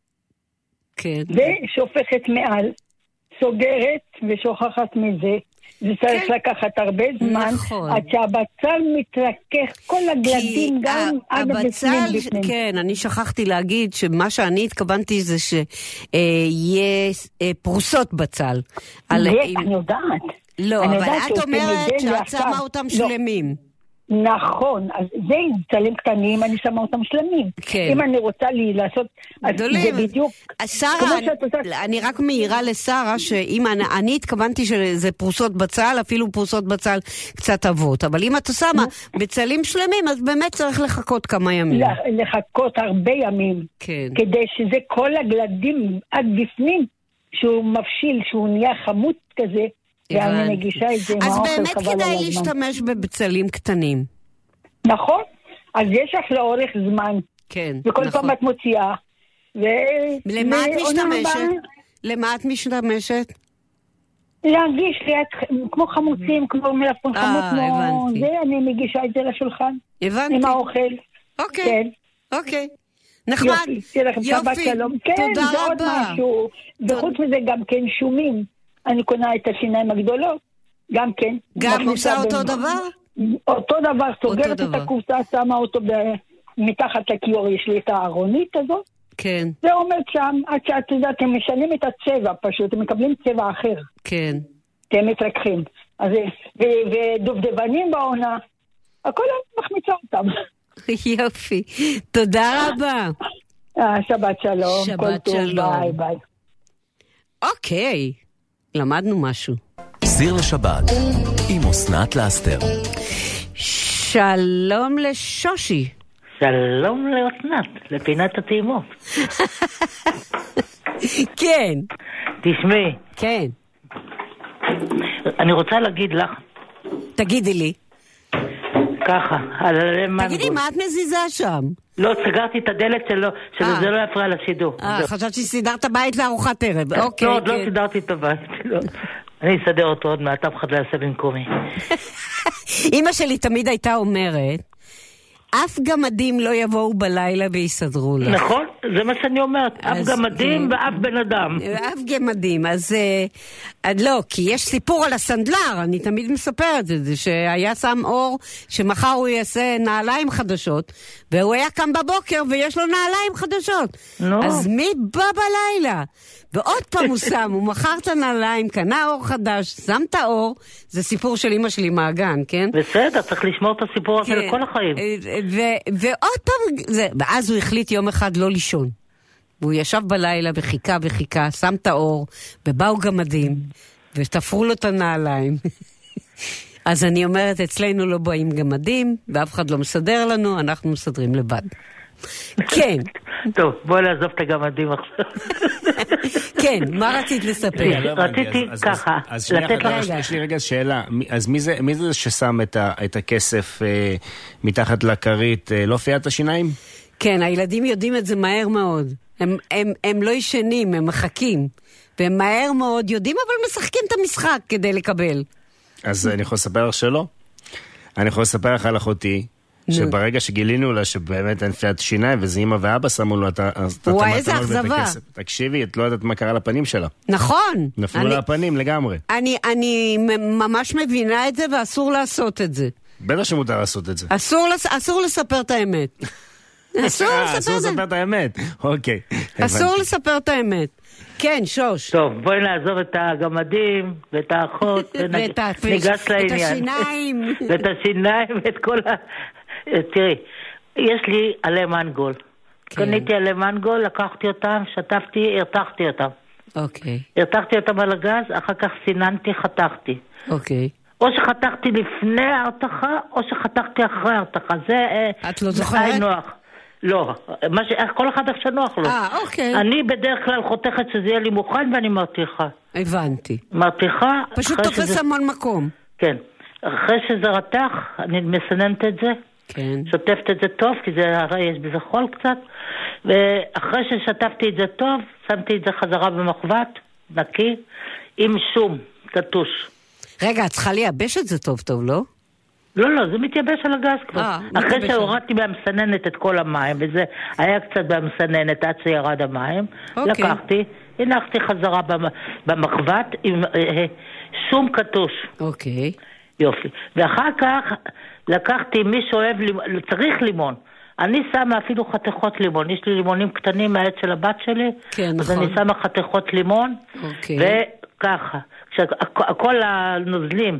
כן. ושופכת מעל. סוגרת ושוכחת מזה. זה צריך לקחת הרבה זמן, עד שהבצל מתרכך, כל הגלדים גם עד הבפנים. כן, אני שכחתי להגיד שמה שאני התכוונתי זה שיהיה פרוסות בצל. אני יודעת. לא, אבל את אומרת שאת שמה אותם שלמים. נכון, אז זה צלים קטנים, אני שמה אותם שלמים. אם אני רוצה לעשות, גדולים. זה בדיוק. שרה, אני רק מעירה לשרה, שאם אני התכוונתי שזה פרוסות בצל, אפילו פרוסות בצל קצת אבות, אבל אם את שמה בצלים שלמים, אז באמת צריך לחכות כמה ימים. לחכות הרבה ימים. כן. כדי שזה כל הגלדים עד בפנים, שהוא מבשיל, שהוא נהיה חמוץ כזה, ואני מגישה את זה עם האוכל. אז באמת כדאי להשתמש בבצלים קטנים. נכון, אז יש לך לאורך זמן. כן, וכל נכון. פעם את מוציאה. למה את משתמשת? למה את משתמשת? להגיש כמו חמוצים, כמו מלפון חמוץ, כמו זה, אני מגישה את זה לשולחן. הבנתי. עם האוכל. אוקיי, כן. אוקיי. נחמד. יופי, תודה רבה. וחוץ מזה גם כן שומים. אני קונה את השיניים הגדולות, גם כן. גם עושה אותו דבר? אותו דבר, סוגרת את הקופסה, שמה אותו מתחת לכיור, יש לי את הארונית הזאת. כן. זה עומד שם, עד שאת יודעת, הם משנים את הצבע פשוט, הם מקבלים צבע אחר. כן. הם מתרככים. ודובדבנים בעונה, הכל מחמיצה אותם. יופי. תודה רבה. שבת שלום. שבת שלום. ביי ביי. אוקיי, למדנו משהו. סיר לשבת עם אסנת לסטר. שלום לשושי. שלום לאסנת, לפינת הטעימות. כן. תשמעי. כן. אני רוצה להגיד לך. תגידי לי. ככה, על מנגול. תגידי, מה את מזיזה שם? לא, סגרתי את הדלת שלו, זה לא יפריע לשידור. חשבת שסידרת בית לארוחת ערב. אוקיי. לא, עוד לא סידרתי את הבית. אני אסדר אותו עוד מעט, אף אחד לא יעשה במקומי. אמא שלי תמיד הייתה אומרת, אף גמדים לא יבואו בלילה ויסדרו לך. נכון, זה מה שאני אומרת, אף גמדים ואף בן אדם. אף גמדים, אז לא, כי יש סיפור על הסנדלר, אני תמיד מספרת את זה, שהיה שם אור שמחר הוא יעשה נעליים חדשות, והוא היה קם בבוקר ויש לו נעליים חדשות. אז מי בא בלילה? ועוד פעם הוא שם, הוא מכר את הנעליים, קנה אור חדש, שם את האור, זה סיפור של אמא שלי מהגן, כן? בסדר, צריך לשמור את הסיפור הזה לכל החיים. ועוד פעם, ואז הוא החליט יום אחד לא לישון. והוא ישב בלילה וחיכה, שם את האור, ובאו גמדים, ותפרו לו את הנעליים. אז אני אומרת, אצלנו לא באים גמדים, ואף אחד לא מסדר לנו, אנחנו מסדרים לבד. כן. טוב, בואי לעזוב את הגמדים עכשיו. כן, מה רצית לספר? רציתי ככה, לתת לך... יש לי רגע שאלה, אז מי זה ששם את הכסף מתחת לכרית? לא פיית השיניים? כן, הילדים יודעים את זה מהר מאוד. הם לא ישנים, הם מחכים. והם מהר מאוד יודעים, אבל משחקים את המשחק כדי לקבל. אז אני יכול לספר לך שלא? אני יכול לספר לך על אחותי, שברגע שגילינו לה שבאמת אין פיית שיניים, וזה אמא ואבא שמו לו את וואי, איזה אכזבה. תקשיבי, את לא יודעת מה קרה לפנים שלה. נכון. נפלו לה הפנים לגמרי. אני ממש מבינה את זה, ואסור לעשות את זה. בטח שמותר לעשות את זה. אסור לספר את האמת. אסור לספר את האמת. אוקיי. אסור לספר את האמת. כן, שוש. טוב, בואי נעזוב את הגמדים, ואת האחות, וניגש לעניין. ואת השיניים. ואת השיניים, ואת כל ה... תראי, יש לי עלי מנגול. קניתי עלי מנגול, לקחתי אותם, שטפתי, הרתחתי אותם. אוקיי. הרתחתי אותם על הגז, אחר כך סיננתי, חתכתי. אוקיי. או שחתכתי לפני ההרתחה, או שחתכתי אחרי ההרתחה. זה... את לא זוכרת? נוח. לא, כל אחד איך שנוח לו. אוקיי. אני בדרך כלל חותכת שזה יהיה לי מוכן ואני מרתיחה. הבנתי. מרתיחה. פשוט תופס המון מקום. כן. אחרי שזה רתח, אני מסננת את זה. כן. שוטפת את זה טוב, כי זה הרי יש בזה חול קצת. ואחרי ששטפתי את זה טוב, שמתי את זה חזרה במחבת, נקי, עם שום, קטוש. רגע, את צריכה לייבש את זה טוב טוב, לא? לא, זה מתייבש על הגז כבר. אחרי שהורדתי במסננת את כל המים, וזה היה קצת במסננת עד שירד המים, לקחתי, הנחתי חזרה במחבת עם שום קטוש. אוקיי. יופי. ואחר כך לקחתי, מי שאוהב לימון, צריך לימון. אני שמה אפילו חתיכות לימון. יש לי לימונים קטנים מהעץ של הבת שלי. כן, אז נכון. אני שמה חתיכות לימון. אוקיי. וככה. כשכל הנוזלים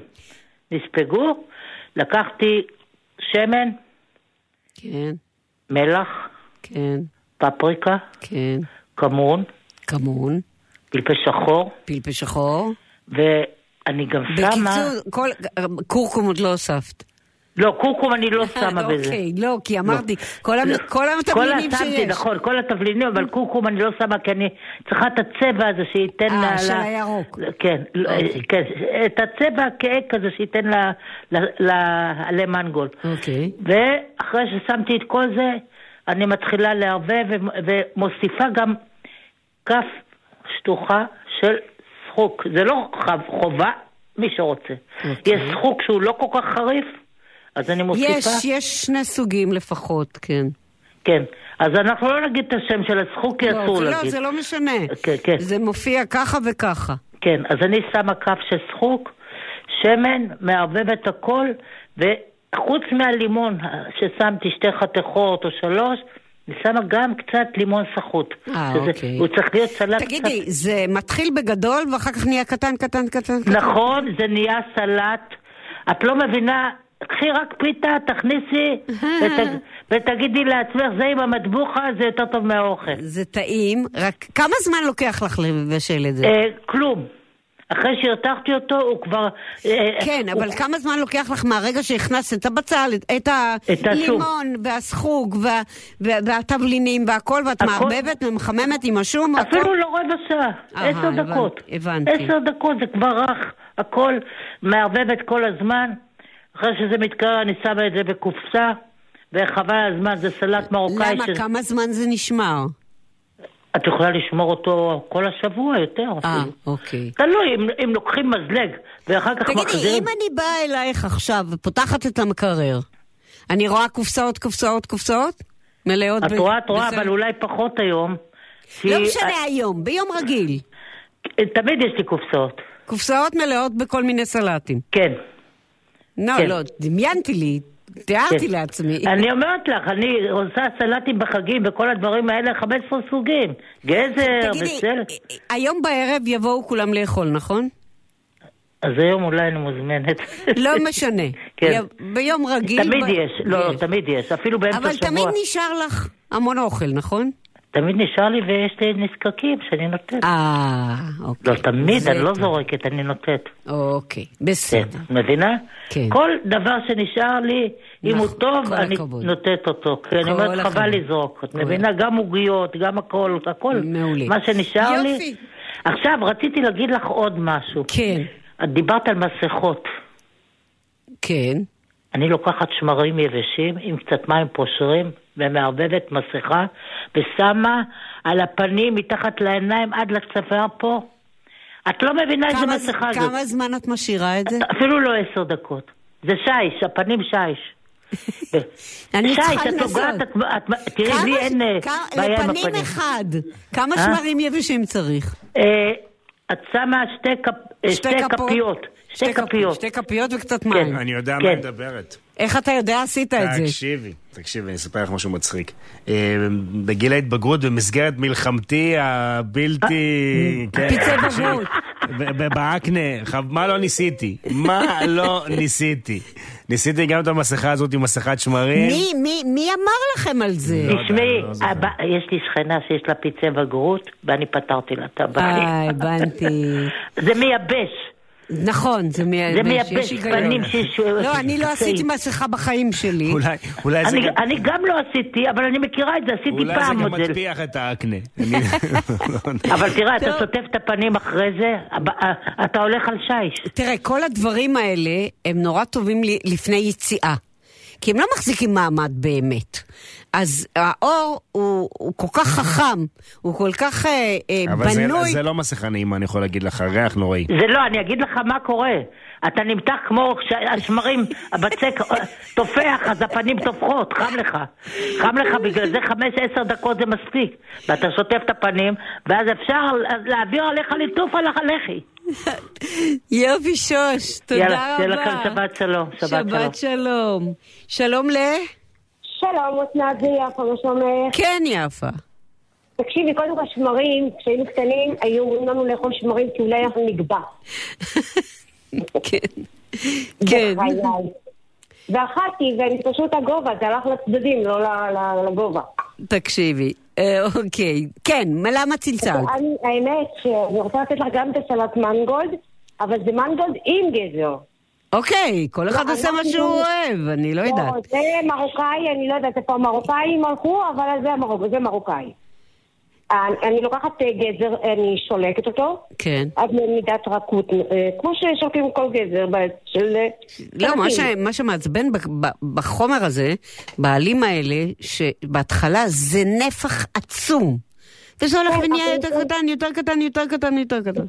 נספגו, לקחתי שמן, כן, מלח, כן, פפריקה, כן, כמון, פלפל שחור, ואני גם שמה... בקיצור, קורקום עוד לא הוספת. לא, קורקום אני לא שמה בזה. אוקיי, לא, כי אמרתי, כל התבלינים שיש. נכון, כל התבלינים, אבל קורקום אני לא שמה, כי אני צריכה את הצבע הזה שייתן לה... של הירוק. כן, את הצבע הכהה כזה שייתן לה מנגול. אוקיי. ואחרי ששמתי את כל זה, אני מתחילה לערבב ומוסיפה גם כף שטוחה של שחוק. זה לא חובה, מי שרוצה. יש שחוק שהוא לא כל כך חריף, אז אני מוסיפה... יש שני סוגים לפחות, כן. כן, אז אנחנו לא נגיד את השם של השחוק, כי אסור להגיד. לא, זה לא משנה. כן. זה מופיע ככה וככה. כן, אז אני שמה כף של שחוק, שמן, מערבב את הכל, וחוץ מהלימון ששמתי 2 חתיכות או 3, אני שמה גם קצת לימון סחוט. אוקיי. הוא צריך להיות סלט... תגידי, זה מתחיל בגדול ואחר כך נהיה קטן? נכון, זה נהיה סלט. את לא מבינה קחי רק פיתה, תכניסי, ותגידי לעצמך, זה עם המטבוחה, זה יותר טוב מהאוכל. זה טעים, רק כמה זמן לוקח לך לבשל את זה? כלום. אחרי שהרתחתי אותו, הוא כבר... כן, אבל כמה זמן לוקח לך מהרגע שהכנסת את הבצל, את הלימון, והסחוג, והתבלינים, והכל, ואת מערבבת ומחממת עם השום? אפילו לא רבע שעה, 10 דקות. הבנתי. 10 דקות, זה כבר רך, הכל מערבבת כל הזמן. אחרי שזה מתקרר, אני שמה את זה בקופסה, וחבל הזמן, זה סלט מרוקאי. למה? כמה זמן זה נשמר? את יכולה לשמור אותו כל השבוע יותר. אוקיי. תלוי, אם לוקחים מזלג, ואחר כך מחזירים... תגידי, אם אני באה אלייך עכשיו ופותחת את המקרר, אני רואה קופסאות? מלאות את רואה, אבל אולי פחות היום. לא משנה היום, ביום רגיל. תמיד יש לי קופסאות. קופסאות מלאות בכל מיני סלטים. כן. לא, דמיינתי לי. תיארתי לעצמי. אני אומרת לך, אני עושה סלטים בחגים וכל הדברים האלה, 15 סוגים. גזר, בסל. היום בערב יבואו כולם לאכול, נכון? אז היום אולי אני מוזמנת. לא משנה. ביום רגיל... תמיד יש, לא, תמיד יש. אפילו באמצע שבוע. אבל תמיד נשאר לך המון אוכל, נכון? תמיד נשאר לי ויש לי נזקקים שאני נותנת. אוקיי. לא, תמיד, אני לא זורקת, אני נותנת. אוקיי, בסדר. מבינה? כן. כל דבר שנשאר לי, אם הוא טוב, אני נותנת אותו. כי אני אומרת, חבל לזרוק. את מבינה? גם עוגיות, גם הכל. מעולה. מה שנשאר לי. יופי. עכשיו, רציתי להגיד לך עוד משהו. כן. את דיברת על מסכות. כן. אני לוקחת שמרים יבשים עם קצת מים פושרים ומערבבת מסכה ושמה על הפנים מתחת לעיניים עד לצוואר פה. את לא מבינה איזה מסכה זאת. כמה זמן את משאירה את זה? אפילו לא 10 דקות. זה שיש, הפנים שיש. אני צריכה לנסות. תראי, לי אין בעיה עם הפנים. לפנים אחד. כמה שמרים יבשים צריך? את שמה 2 כפיות. 2 כפיות. 2 כפיות וקצת מים. אני יודע מה מדברת. איך אתה יודע עשית את זה? תקשיבי, אני אספר לך משהו מצחיק. בגיל ההתבגרות, במסגרת מלחמתי הבלתי... פיצי בגרות. באקנה, מה לא ניסיתי? ניסיתי גם את המסכה הזאת עם מסכת שמרים. מי אמר לכם על זה? תשמעי, יש לי שכנה שיש לה פיצי בגרות, ואני פתרתי לה את הבעיה. הבנתי. זה מייבש. נכון, זה מייבש פנים שיש... לא, אני לא עשיתי מסכה בחיים שלי. אני גם לא עשיתי, אבל אני מכירה את זה, עשיתי פעם מודל. אולי זה גם מטפיח את האקנה. אבל תראה, אתה שוטף את הפנים אחרי זה, אתה הולך על שיש. תראה, כל הדברים האלה הם נורא טובים לפני יציאה. כי הם לא מחזיקים מעמד באמת. אז האור הוא כל כך חכם, הוא כל כך בנוי. אבל זה לא מסכה נעימה, אני יכול להגיד לך, ריח נוראי. זה לא, אני אגיד לך מה קורה. אתה נמתח כמו השמרים, הבצק תופח, אז הפנים תופחות, חם לך, בגלל זה 5-10 דקות זה מספיק. ואתה שוטף את הפנים, ואז אפשר להעביר עליך ליטוף על הלחי. יופי שוש, תודה רבה. יאללה, תהיה לכם שבת שלום. שבת שלום. שלום שלום, אסנת, זה יפה, מה שלומך? כן, יפה. תקשיבי, קודם כל שמרים, כשהיינו קטנים, היו אומרים לנו לאכול שמרים, כי אולי אנחנו נגבע. כן. ואחתי, ואני פשוט הגובה, זה הלך לצדדים, לא לגובה. תקשיבי, אוקיי. כן, למה צלצלת? האמת שאני רוצה לתת לך גם את הסלט מנגולד, אבל זה מנגולד עם גזר. אוקיי, כל אחד עושה מה שהוא אוהב, אני לא יודעת. זה מרוקאי, אני לא יודעת איפה המרוקאים הלכו, אבל זה מרוקאי. אני לוקחת גזר, אני שולקת אותו. כן. עד מידת רכות, כמו ששולקים כל גזר של... לא, מה שמעצבן בחומר הזה, בעלים האלה, שבהתחלה זה נפח עצום. וזה הולך ונהיה יותר קטן, יותר קטן, יותר קטן, יותר קטן.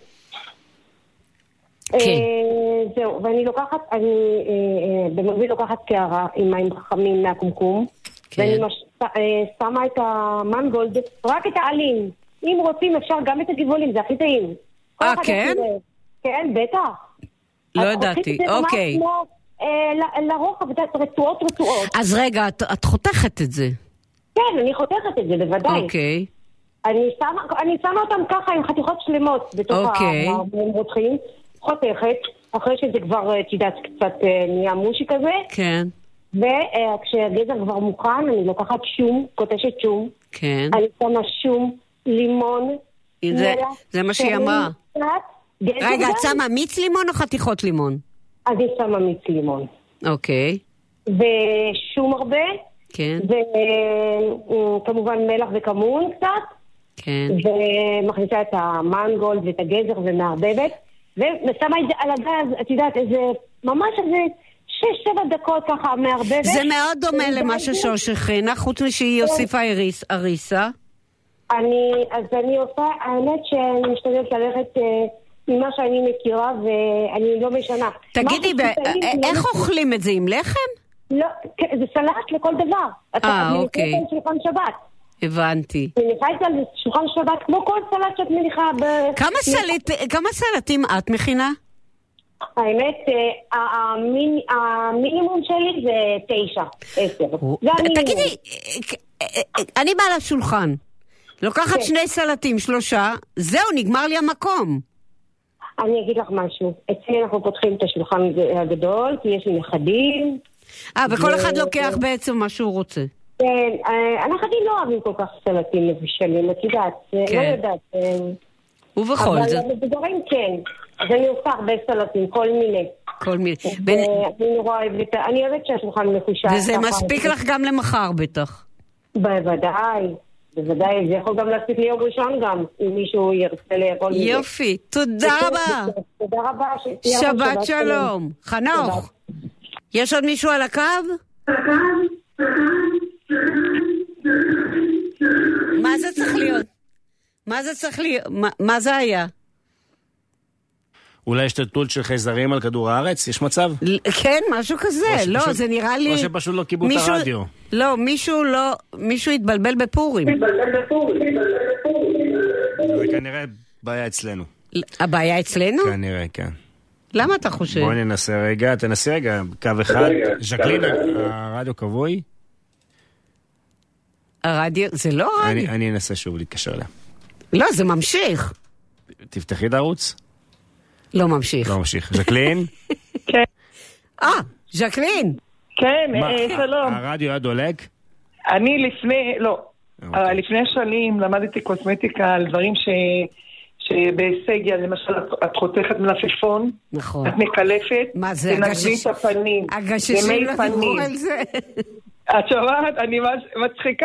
זהו, ואני לוקחת, במקביל לוקחת קערה עם מים חמים מהקומקום, ואני שמה את המנגולד, רק את העלים. אם רוצים אפשר גם את הגבעולים, זה הכי טעים. כן? כן, בטח. לא ידעתי, אוקיי. לרוחב, רצועות. אז רגע, את חותכת את זה. כן, אני חותכת את זה, בוודאי. אוקיי. אני שמה אותם ככה עם חתיכות שלמות בתוך הרותחים, חותכת, אחרי שזה כבר, תדעת, קצת נהיה מושי כזה. כן. וכשהגזר כבר מוכן, אני לוקחת שום, קוטשת שום. כן. אני שמה שום, לימון. זה מה שהיא אמרה. רגע, את שמה מיץ לימון או חתיכות לימון? אני שמה מיץ לימון. אוקיי. ושום הרבה. כן. וכמובן מלח וכמון קצת. כן. ומכניסה את המנגולד ואת הגזר ומערבבת. ושמה את זה על הגז, את יודעת, ממש איזה 6-7 דקות ככה מערבבת. זה מאוד דומה למה ששוש הכינה, חוץ משהיא הוסיפה אריסה. אז אני עושה, האמת שאני משתדלת ללכת ממה שאני מכירה, ואני לא משנה. תגידי, איך אוכלים את זה, עם לחם? לא, זה סלט לכל דבר. אוקיי. אני מניחה על שולחן שבת. הבנתי. אני מניחה את זה על שולחן שבת, כמו כל סלט שאת מניחה כמה סלטים את מכינה? האמת, המינימום שלי זה 9-10. תגידי, אני באה לשולחן, לוקחת 2 סלטים, 3, זהו, נגמר לי המקום. אני אגיד לך משהו, אצלי אנחנו פותחים את השולחן הגדול, כי יש לי נכדים. וכל אחד לוקח בעצם מה שהוא רוצה. כן, הנכדים לא אוהבים כל כך סלטים מבשלים, את יודעת, לא יודעת. ובכל זאת. אבל בדברים כן, אז אני עושה הרבה סלטים, כל מיני. אני אוהבת שהשולחן מחושב. וזה מספיק לך גם למחר בטח. בוודאי, זה יכול גם להספיק לי יום ראשון גם, אם מישהו ירצה לאכול. יופי, תודה רבה. תודה רבה. שבת שלום. חנוך, יש עוד מישהו על הקו? מה זה צריך להיות? מה זה היה? אולי השתלטות של חייזרים על כדור הארץ? יש מצב? כן, משהו כזה. לא, זה נראה לי... או שפשוט לא קיבלו את הרדיו. לא, מישהו התבלבל בפורים. זה כנראה בעיה אצלנו. הבעיה אצלנו? כנראה, כן. למה אתה חושב? בואי ננסה רגע, תנסי רגע, קו אחד. ז'קלין, הרדיו כבוי? הרדיו, זה לא רדיו. אני אנסה שוב להתקשר לה. לא, זה ממשיך. תפתחי את הערוץ. לא ממשיך. לא ממשיך. ז'קלין? כן. ז'קלין. כן, שלום. הרדיו היה דולק? אני לפני שנים למדתי קוסמטיקה על דברים שבהיסגיה, למשל, את חותכת מלפפון, נכון. את מקלפת, תנגבי את הפנים. הגששים לא דיברו על זה. את שומעת, אני מצחיקה,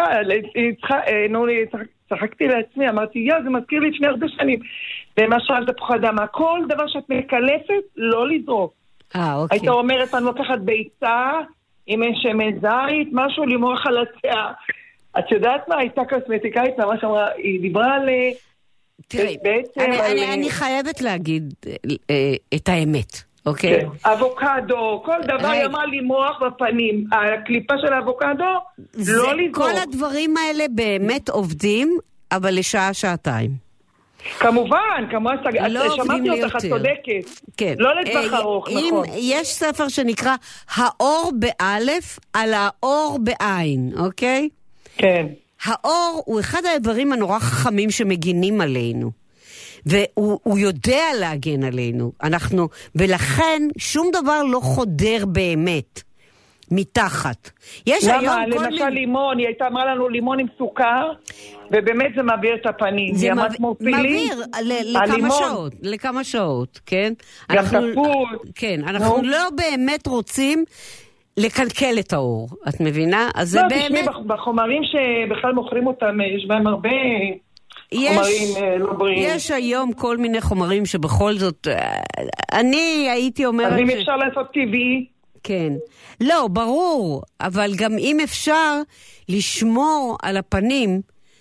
צחקתי לעצמי, אמרתי, זה מזכיר לי לפני הרבה שנים. למשל, תפוח אדמה, כל דבר שאת מקלפת, לא לזרוק. אוקיי. היית אומרת, אני לוקחת ביצה, עם שמן זית, משהו למרוח על השיער. את יודעת מה? הייתה קוסמטיקאית, ממש אמרה, היא דיברה על... תראי, אני חייבת להגיד את האמת, אוקיי? אבוקדו, כל דבר היא אמרה למרוח בפנים. הקליפה של האבוקדו, לא לזרוק. כל הדברים האלה באמת עובדים, אבל לשעה-שעתיים. כמובן, שמעתי אותך, את צודקת. לא לטווח ארוך, נכון. יש ספר שנקרא האור באלף על האור בעין, אוקיי? כן. האור הוא אחד האיברים הנורא חכמים שמגינים עלינו. והוא יודע להגן עלינו. ולכן שום דבר לא חודר באמת. מתחת. למה? למשל לימון, היא הייתה אמרה לנו לימון עם סוכר, ובאמת זה מעביר את הפנים. זה מעביר לכמה שעות, כן? גם תפות. כן, אנחנו לא באמת רוצים לקלקל את האור, את מבינה? אז זה באמת... בחומרים שבכלל מוכרים אותם, יש בהם הרבה... חומרים לא בריאים. יש היום כל מיני חומרים שבכל זאת, אני הייתי אומרת... אז אם אפשר לעשות טבעי... כן. לא, ברור, אבל גם אם אפשר לשמור על הפנים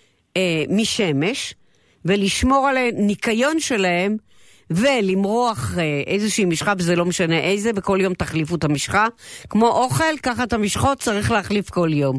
משמש, ולשמור על הניקיון שלהם, ולמרוח איזושהי משחה, וזה לא משנה איזה, וכל יום תחליפו את המשחה. כמו אוכל, ככה את המשחות צריך להחליף כל יום.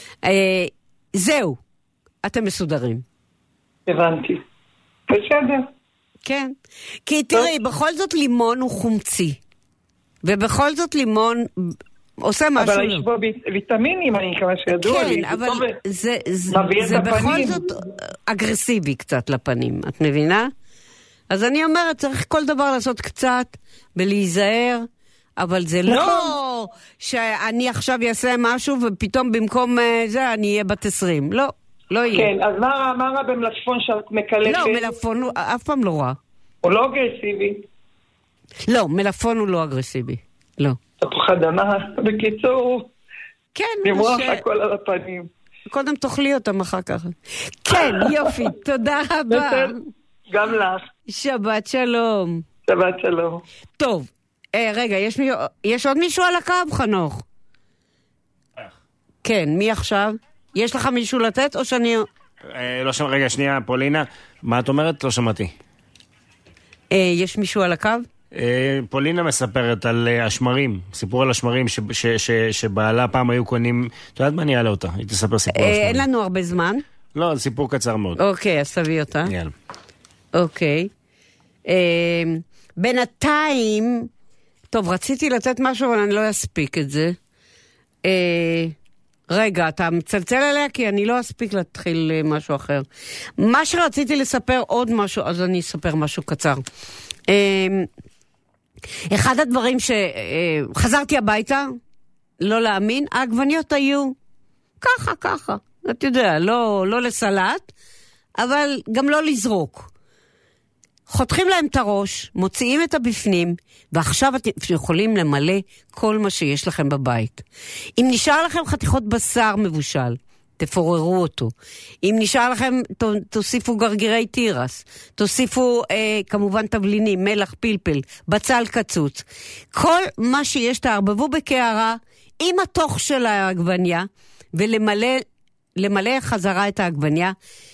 זהו, אתם מסודרים. הבנתי. בסדר. כן. כי תראי, בכל זאת לימון הוא חומצי. ובכל זאת לימון עושה משהו... אבל יש בו ויטמינים, אני מקווה שידוע לי. כן, אבל זה בכל זאת אגרסיבי קצת לפנים, את מבינה? אז אני אומרת, צריך כל דבר לעשות קצת, ולהיזהר, אבל זה לא שאני עכשיו אעשה משהו, ופתאום במקום זה אני אהיה בת 20. לא, לא יהיה. כן, אז מה רע במלפפון שאת מקלפת? לא, מלפפון הוא אף פעם לא רע. הוא לא אגרסיבי. לא, מלפפון הוא לא אגרסיבי. לא. תפוח אדמה, בקיצור. כן. נמרח הכל על הפנים. קודם תאכלי אותם אחר כך. כן, יופי, תודה רבה. גם לך. שבת שלום. שבת שלום. טוב, רגע, יש עוד מישהו על הקו, חנוך? כן, מי עכשיו? יש לך מישהו לתת או שאני... לא שמע, רגע, שנייה, פולינה, מה את אומרת? לא שמעתי. יש מישהו על הקו? פולינה מספרת על השמרים, סיפור על השמרים שבעלה פעם היו קונים, אתה יודעת מה אני אעלה אותה? היא תספר סיפור על השמרים. אין לנו הרבה זמן. לא, זה סיפור קצר מאוד. אוקיי, אז תביא אותה. יאללה. אוקיי. בינתיים, טוב, רציתי לתת משהו, אבל אני לא אספיק את זה. רגע, אתה מצלצל אליה? כי אני לא אספיק להתחיל משהו אחר. מה שרציתי לספר עוד משהו, אז אני אספר משהו קצר. אחד הדברים שחזרתי הביתה, לא להאמין, העגבניות היו ככה. אתה יודע, לא לסלט, אבל גם לא לזרוק. חותכים להם את הראש, מוציאים את הבפנים, ועכשיו אתם יכולים למלא כל מה שיש לכם בבית. אם נשאר לכם חתיכות בשר מבושל, תפוררו אותו. אם נשאר לכם, תוסיפו גרגירי תירס, תוסיפו כמובן תבלינים, מלח, פלפל, בצל קצוץ. כל מה שיש תערבבו בקערה עם התוך של העגבניה, ולמלא חזרה את העגבניה.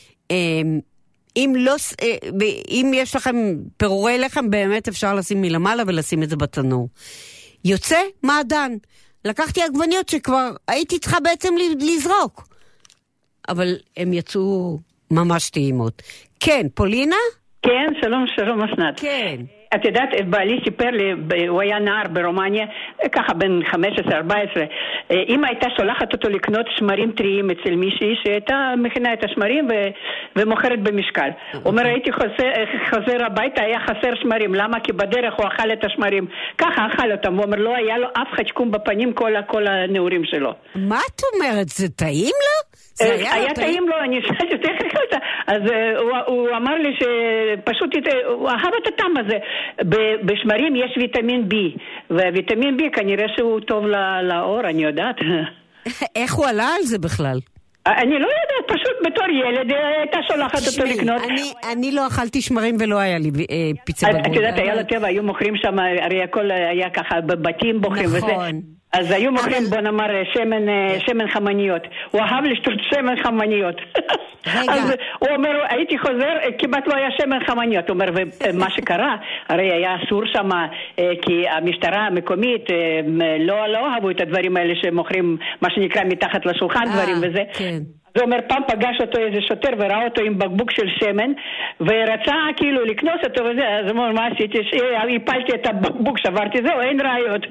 אם יש לכם פירורי לחם, באמת אפשר לשים מלמעלה ולשים את זה בתנור. יוצא מעדן. לקחתי עגבניות שכבר הייתי צריכה בעצם לזרוק. אבל הם יצאו ממש טעימות. כן, פולינה? כן, שלום אסנת. כן. את יודעת, בעלי סיפר לי, הוא היה נער ברומניה, ככה בין 15-14, אמא הייתה שולחת אותו לקנות שמרים טריים אצל מישהי שהייתה מכינה את השמרים ומוכרת במשקל. הוא אומר, הייתי חוזר הביתה, היה חסר שמרים. למה? כי בדרך הוא אכל את השמרים. ככה אכל אותם. הוא אומר, לא היה לו אף חשקום בפנים כל הנעורים שלו. מה את אומרת? זה טעים לו? היה טעים לו, אני שאלתי אותך איך אכלת. אז הוא אמר לי שפשוט הוא אהב את הטעם הזה. בשמרים יש ויטמין B, וויטמין B כנראה שהוא טוב לאור, אני יודעת. איך הוא עלה על זה בכלל? אני לא יודעת, פשוט בתור ילד הייתה שולחת אותו לקנות. אני לא אכלתי שמרים ולא היה לי פיצה בגבול. את יודעת, היה לו טבע, היו מוכרים שם, הרי הכל היה ככה בבתים בוחרים וזה. נכון. אז היו מוכרים, בוא נאמר, שמן חמניות. הוא אהב לשתות שמן חמניות. אז הוא אומר, הייתי חוזר, כמעט לא היה שמן חמניות. הוא אומר, ומה שקרה, הרי היה אסור שם, כי המשטרה המקומית לא אהבו את הדברים האלה שמוכרים, מה שנקרא מתחת לשולחן דברים וזה. זה אומר, פעם פגש אותו איזה שוטר וראה אותו עם בקבוק של שמן, ורצה כאילו לקנוס אותו וזה, אז אמר, מה עשיתי? הפלתי את הבקבוק, שברתי, זהו, אין ראיות.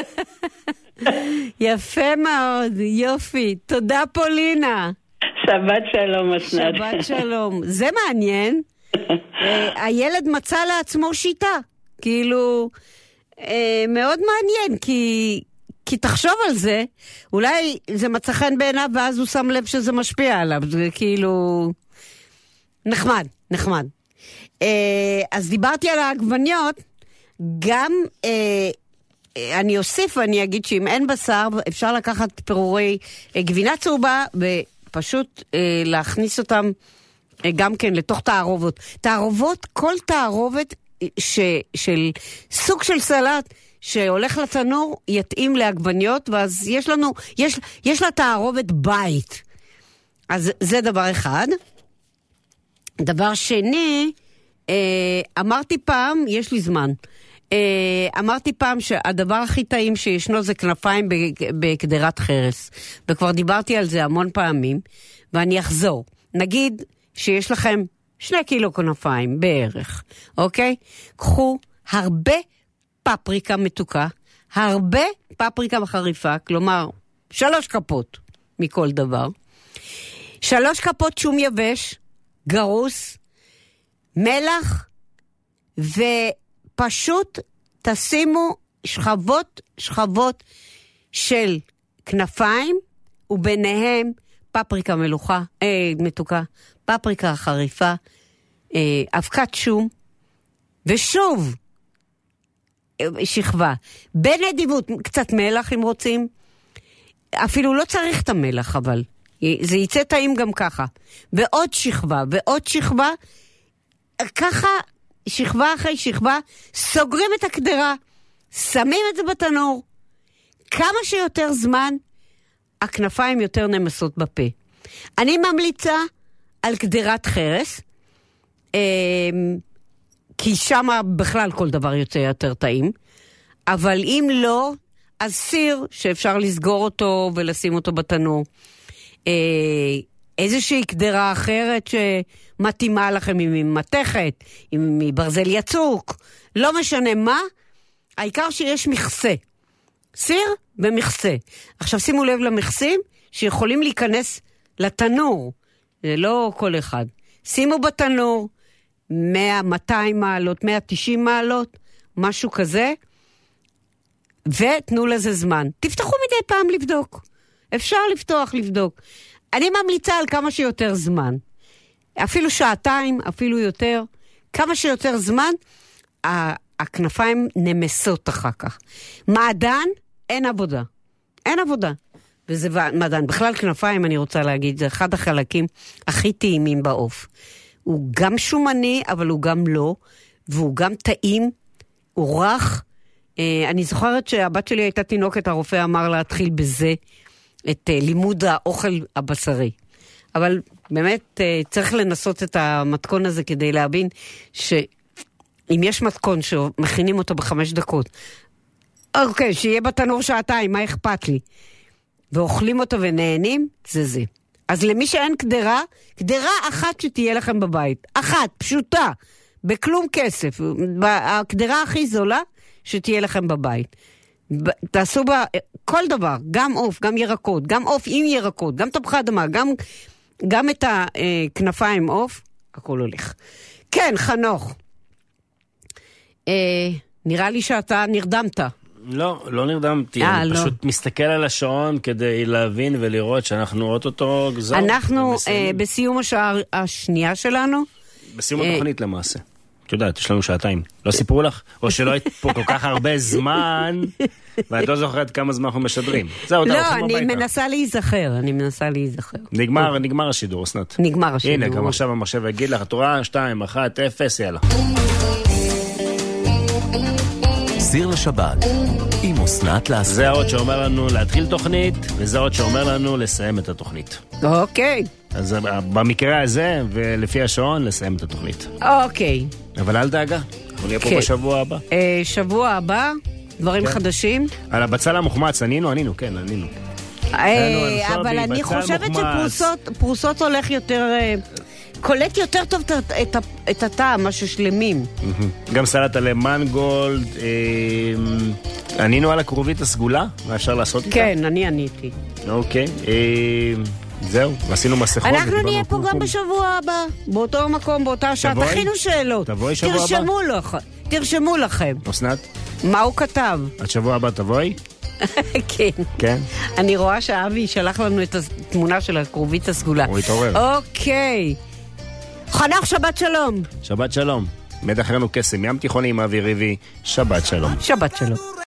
יפה מאוד, יופי. תודה פולינה. שבת שלום, אסנת. שבת שלום. זה מעניין. הילד מצא לעצמו שיטה. כאילו, מאוד מעניין, כי תחשוב על זה, אולי זה מצא חן בעיניו, ואז הוא שם לב שזה משפיע עליו. זה כאילו... נחמד. אז דיברתי על העגבניות, גם... אני אוסיף ואני אגיד שאם אין בשר, אפשר לקחת פירורי גבינה צהובה ופשוט להכניס אותם גם כן לתוך תערובות. תערובות, כל תערובת של סוג של סלט שהולך לתנור יתאים לעגבניות, ואז יש לה תערובת בית. אז זה דבר אחד. דבר שני, אמרתי פעם, יש לי זמן, אמרתי פעם שהדבר הכי טעים שישנו זה כנפיים בקדרת חרס, וכבר דיברתי על זה המון פעמים, ואני אחזור. נגיד שיש לכם 2 קילו כנפיים בערך, אוקיי? קחו הרבה פפריקה מתוקה, הרבה פפריקה חריפה, כלומר 3 כפות מכל דבר, 3 כפות שום יבש, גרוס, מלח, ופשוט תשימו שכבות של כנפיים, וביניהם פפריקה מתוקה, פפריקה חריפה, אבקת שום, ושוב שכבה. בנדיבות, קצת מלח אם רוצים, אפילו לא צריך את המלח, אבל זה יצא טעים גם ככה. ועוד שכבה, ועוד שכבה, ככה שכבה אחרי שכבה, סוגרים את הקדרה, שמים את זה בתנור. כמה שיותר זמן, הכנפיים יותר נמסות בפה. אני ממליצה על קדרת חרס, כי שם בכלל כל דבר יוצא יותר טעים, אבל אם לא, אז סיר שאפשר לסגור אותו ולשים אותו בתנור. איזושהי קדרה אחרת שמתאימה לכם, אם היא מתכת, אם היא ברזל יצוק, לא משנה מה, העיקר שיש מכסה. סיר ומכסה. עכשיו שימו לב למכסים שיכולים להיכנס לתנור. זה לא כל אחד. שימו בתנור 200 מעלות, 190 מעלות, משהו כזה, ותנו לזה זמן. תפתחו מדי פעם לבדוק. אפשר לפתוח, לבדוק. אני ממליצה על כמה שיותר זמן. אפילו שעתיים, אפילו יותר. כמה שיותר זמן, הכנפיים נמסות אחר כך. מעדן, אין עבודה. אין עבודה. וזה מעדן. בכלל כנפיים, אני רוצה להגיד, זה אחד החלקים הכי טעימים בעוף. הוא גם שומני, אבל הוא גם לא. והוא גם טעים, הוא רך. אני זוכרת שהבת שלי הייתה תינוקת, הרופא אמר להתחיל בזה, את לימוד האוכל הבשרי. אבל באמת צריך לנסות את המתכון הזה כדי להבין שאם יש מתכון שמכינים אותו ב5 דקות, אוקיי, שיהיה בתנור שעתיים, מה אכפת לי? ואוכלים אותו ונהנים, זה. אז למי שאין קדרה אחת שתהיה לכם בבית. אחת, פשוטה, בכלום כסף. הקדרה הכי זולה שתהיה לכם בבית. תעשו בה כל דבר, גם עוף, גם ירקות, גם עוף עם ירקות, גם תפוחי אדמה, גם את הכנפיים עוף, הכל הולך. כן, חנוך. נראה לי שאתה נרדמת. לא נרדמתי, אני פשוט מסתכל על השעון כדי להבין ולראות שאנחנו אותו גזר. אנחנו בסיום השעה השנייה שלנו. בסיום התוכנית למעשה. את יודעת, יש לנו שעתיים. לא סיפרו לך? או שלא היית פה כל כך הרבה זמן, ואת לא זוכרת כמה זמן אנחנו משדרים. זהו, לא, אני מנסה להיזכר. נגמר השידור, אסנת. נגמר השידור. הנה, גם עכשיו המחשב יגיד לך, את רואה 2, 1, 0, יאללה. סיר לשבת עם אסנת לאסתר. זה עוד שאומר לנו להתחיל תוכנית, וזה עוד שאומר לנו לסיים את התוכנית. אוקיי. אז במקרה הזה, ולפי השעון, לסיים את התוכנית. אוקיי. אבל אל דאגה, אנחנו נהיה פה בשבוע הבא. שבוע הבא, דברים חדשים. על הבצל המוחמץ, ענינו. אבל אני חושבת שפרוסות הולך יותר... קולט יותר טוב את הטעם, משהו שלמים. גם סלט עלי מנגולד. ענינו על הכרובית הסגולה? מה אפשר לעשות איתה? כן, אני עניתי. אוקיי. זהו, עשינו מסכות. אנחנו נהיה פה גם בשבוע הבא, באותו מקום, באותה שעה. תכינו שאלות. תבואי שבוע הבא. תרשמו לכם. אסנת? מה הוא כתב? עד שבוע הבא תבואי? כן. אני רואה שאבי שלח לנו את התמונה של הכרובית הסגולה. הוא התעורר. אוקיי. חנוך, שבת שלום. שבת שלום. מדחרנו קסם, ים תיכוני עם אבי ריבי. שבת שלום. שבת שלום.